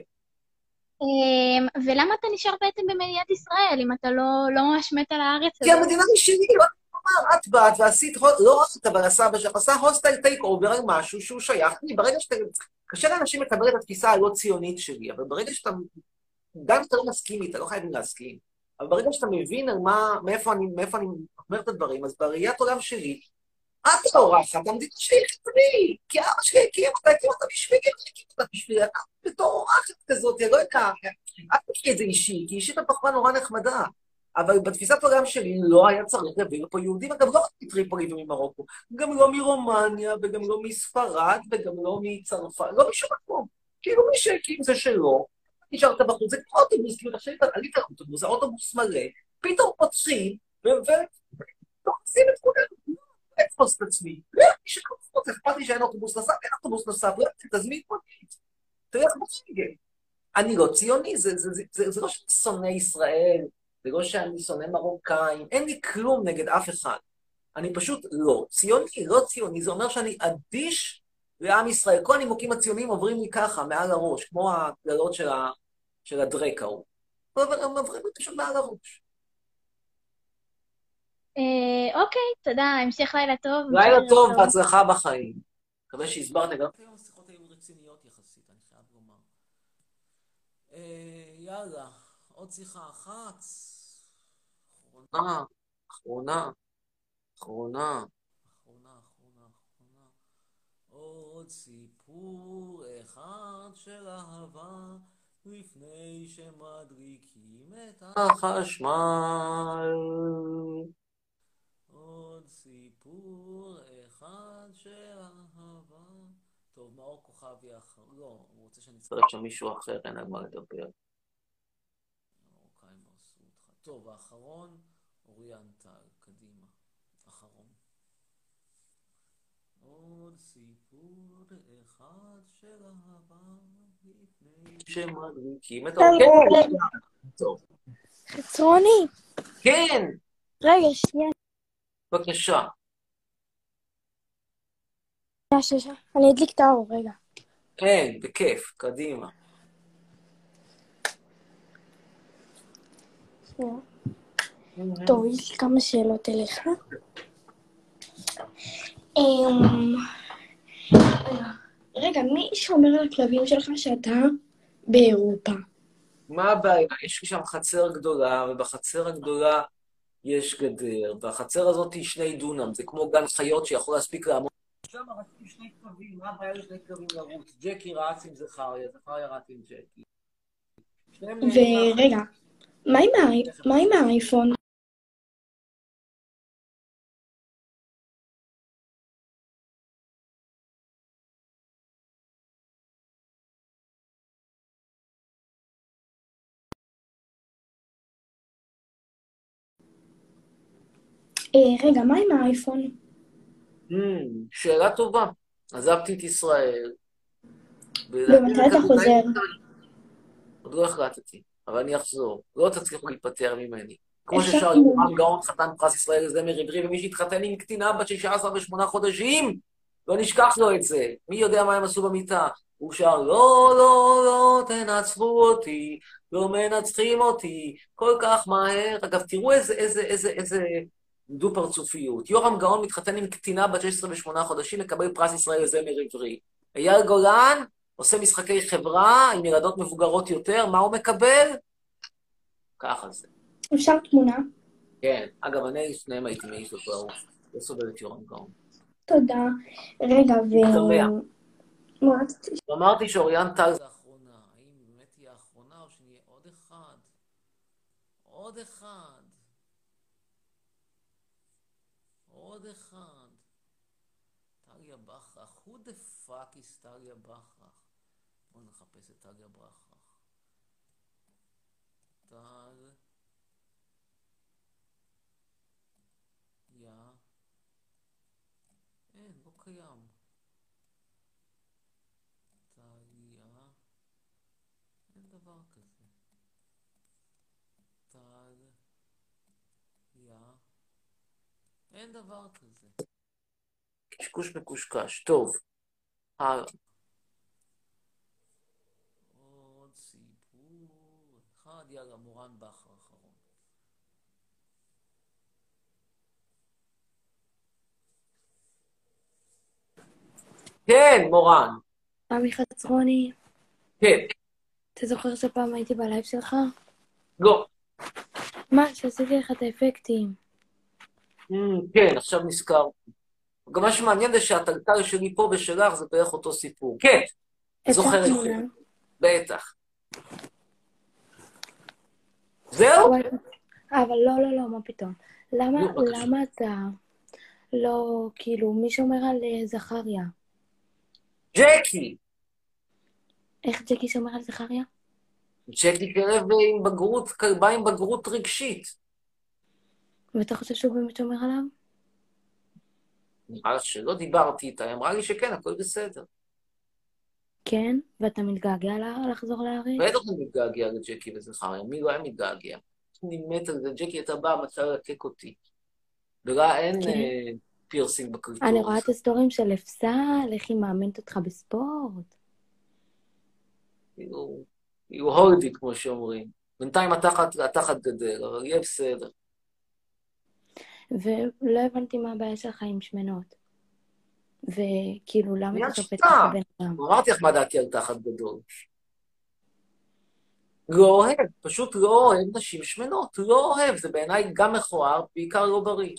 ולמה אתה נשאר בעצם במדינת ישראל, אם אתה לא ממש מת על הארץ הזאת? כי המדינה היא שלי, לא אמר, את באת ועשית, לא את, אבל הסבא שלך, עשה הוסטייל טייק אובר על משהו שהוא שייך לי, ברגע שאתה, קשה לאנשים לקבל את התפיסה הלא ציונית שלי, אבל ברגע שאתה, גם אם אתה לא מסכים איתה, לא חייבים להסכים, אבל ברגע שאתה מבין על מה, מאיפה אני, מאיפה אני אומר את הדברים, אז בראיית עולם שלי, את האורחת, המדינה שלי חתני, כי אבא שלי הקים אותה, הקים אותה בשבילי, הקים אותה בשבילי, אתה בתור אורחת כזאת, לא יודע, אל תקחי את זה אישי, כי אישית הפחמה נורא נחמדה. אבל בתפיסת העולם שלי לא היה צריך להביא לפה יהודים, אגב, לא רק מטריפולי וממרוקו, גם לא מרומניה, וגם לא מספרד, וגם לא מצרפת, לא משום מקום. כאילו מי שהקים זה שלו, נשארת בחוץ, זה כמו אוטובוס, כאילו עכשיו עלית על אוטובוס, האוטובוס מלא, פתאום פותחים, ותוחסים את כולנו, לא אתפוס את עצמי, לא, מי שכפות, אכפת לי שאין אוטובוס נוסף, אין אוטובוס נוסף, לא, תזמין פונית, תראה איך בחיגל. אני לא ציוני, זה לא שונא ישראל, זה לא שאני שונא מרוקאים, אין לי כלום נגד אף אחד. אני פשוט לא ציוני, לא ציוני, זה אומר שאני אדיש לעם ישראל. כל הנימוקים הציוניים עוברים לי ככה, מעל הראש, כמו הכללות של, ה... של הדרק ההוא. אבל הם עוברים לי פשוט מעל הראש. אוקיי, תודה, המשך לילה טוב. לילה טוב, בהצלחה בחיים. מקווה שהסברת גם. היום השיחות היו רציניות יחסית, אני חייב לומר. יאללה, עוד שיחה אחת. אחרונה, אחרונה, אחרונה, אחרונה, אחרונה, אחרונה. עוד סיפור אחד של אהבה, לפני שמדליקים את החשמל. עוד סיפור אחד של אהבה. טוב, מאור כוכבי אחר... לא, הוא רוצה שאני אצטרף שם מישהו אחר, אין על מה לדבר. טוב, האחרון, אוריאן טל, קדימה. אחרון. עוד סיפור אחד של אהבה לפני שמדליקים את האוקיי. טוב. חצרוני. כן. רגע, שנייה. בבקשה. אני אדליק את האור, רגע. כן, בכיף, קדימה. טוב, יש לי כמה שאלות אליך. רגע, מי שומר על הכלבים שלך שאתה באירופה? מה הבעיה? יש לי שם חצר גדולה, ובחצר הגדולה יש גדר, והחצר הזאת היא שני דונם, זה כמו גן חיות שיכול להספיק לעמוד. שם רצים שני קווים, מה הבעיה לשני קווים לרוץ? ג'קי רץ עם זכריה, זכריה רץ עם ג'קי. ורגע, מה עם האייפון? רגע, מה עם האייפון? שאלה טובה. עזבתי את ישראל. ומתי אתה חוזר? עוד לא החלטתי, אבל אני אחזור. לא תצליחו להיפטר ממני. כמו ששר יורם גאון חתן פרס ישראל לזמר עברי, ומי שהתחתן עם קטינה בת שישה עשר ושמונה חודשים, לא נשכח לו את זה. מי יודע מה הם עשו במיטה? הוא שר, לא, לא, לא, תנצחו אותי, לא מנצחים אותי, כל כך מהר. אגב, תראו איזה, איזה, איזה, איזה דו פרצופיות. יורם גאון מתחתן עם קטינה בת שש עשרה ושמונה חודשים, לקבל פרס ישראל לזמר עברי. אייל גולן עושה משחקי חברה עם ילדות מבוגרות יותר, מה הוא מקבל? ככה זה. אפשר תמונה? כן. אגב, אני לפניהם הייתי מעיף אותו, לא סובל את יורם גאון. תודה. רגע, ו... אמרתי שאוריאן טל זה האחרונה. האם באמת תהיה האחרונה או שנהיה עוד אחד? עוד אחד. עוד אחד. טליה בחרך. Who the fuck is טליה בחרך? בואו נחפש את טליה בחרך. טל... יא... אין, לא קיים. טליה... אין דבר כזה. טל... יא... אין דבר כזה. קשקוש מקושקש. טוב. הלאה. עוד סיפור. אחד, יאללה, מורן בחר אחרון. כן, מורן. עמי חצרוני. כן. אתה זוכר שפעם הייתי בלייב שלך? לא. מה, שעשיתי לך את האפקטים. כן, עכשיו נזכר. גם מה שמעניין זה שהטלטל שלי פה ושלך זה בערך אותו סיפור. כן, זוכר את זה. בטח. זהו? אבל לא, לא, לא, מה פתאום. למה, למה אתה לא, כאילו, מי שומר על זכריה? ג'קי! איך ג'קי שומר על זכריה? ג'קי כלב עם בגרות, כלבה עם בגרות רגשית. ואתה חושב שהוא באמת שומר עליו? נראה שלא דיברתי איתה, אמרה לי שכן, הכל בסדר. כן? ואתה מתגעגע לחזור לארץ? בטח אני מתגעגע לג'קי וזכריה, מי לא היה מתגעגע? אני מת על זה, ג'קי אתה בא, מצא ללקק אותי. ולה אין פירסינג בקריטור. אני רואה את הסטורים של אפסל, איך היא מאמנת אותך בספורט. היא הולדית, כמו שאומרים. בינתיים התחת גדל, אבל יהיה בסדר. ולא הבנתי מה הבעיה שלך עם שמנות. וכאילו, למה אתה שופט ככה בן אדם? אמרתי לך מה דעתי על תחת גדול. לא אוהב, פשוט לא אוהב נשים שמנות. לא אוהב, זה בעיניי גם מכוער, בעיקר לא בריא.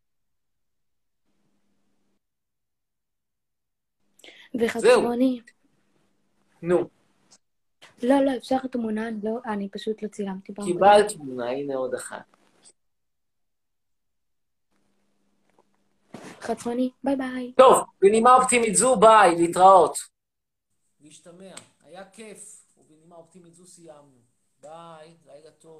וחצרוני. נו. לא, לא, אפשר תמונה, אני פשוט לא צילמתי. קיבלת תמונה, הנה עוד אחת. חצרוני, ביי ביי. טוב, בנימה אופטימית זו, ביי, להתראות. להשתמע, היה כיף, ובנימה אופטימית זו סיימנו. ביי, לילה טוב.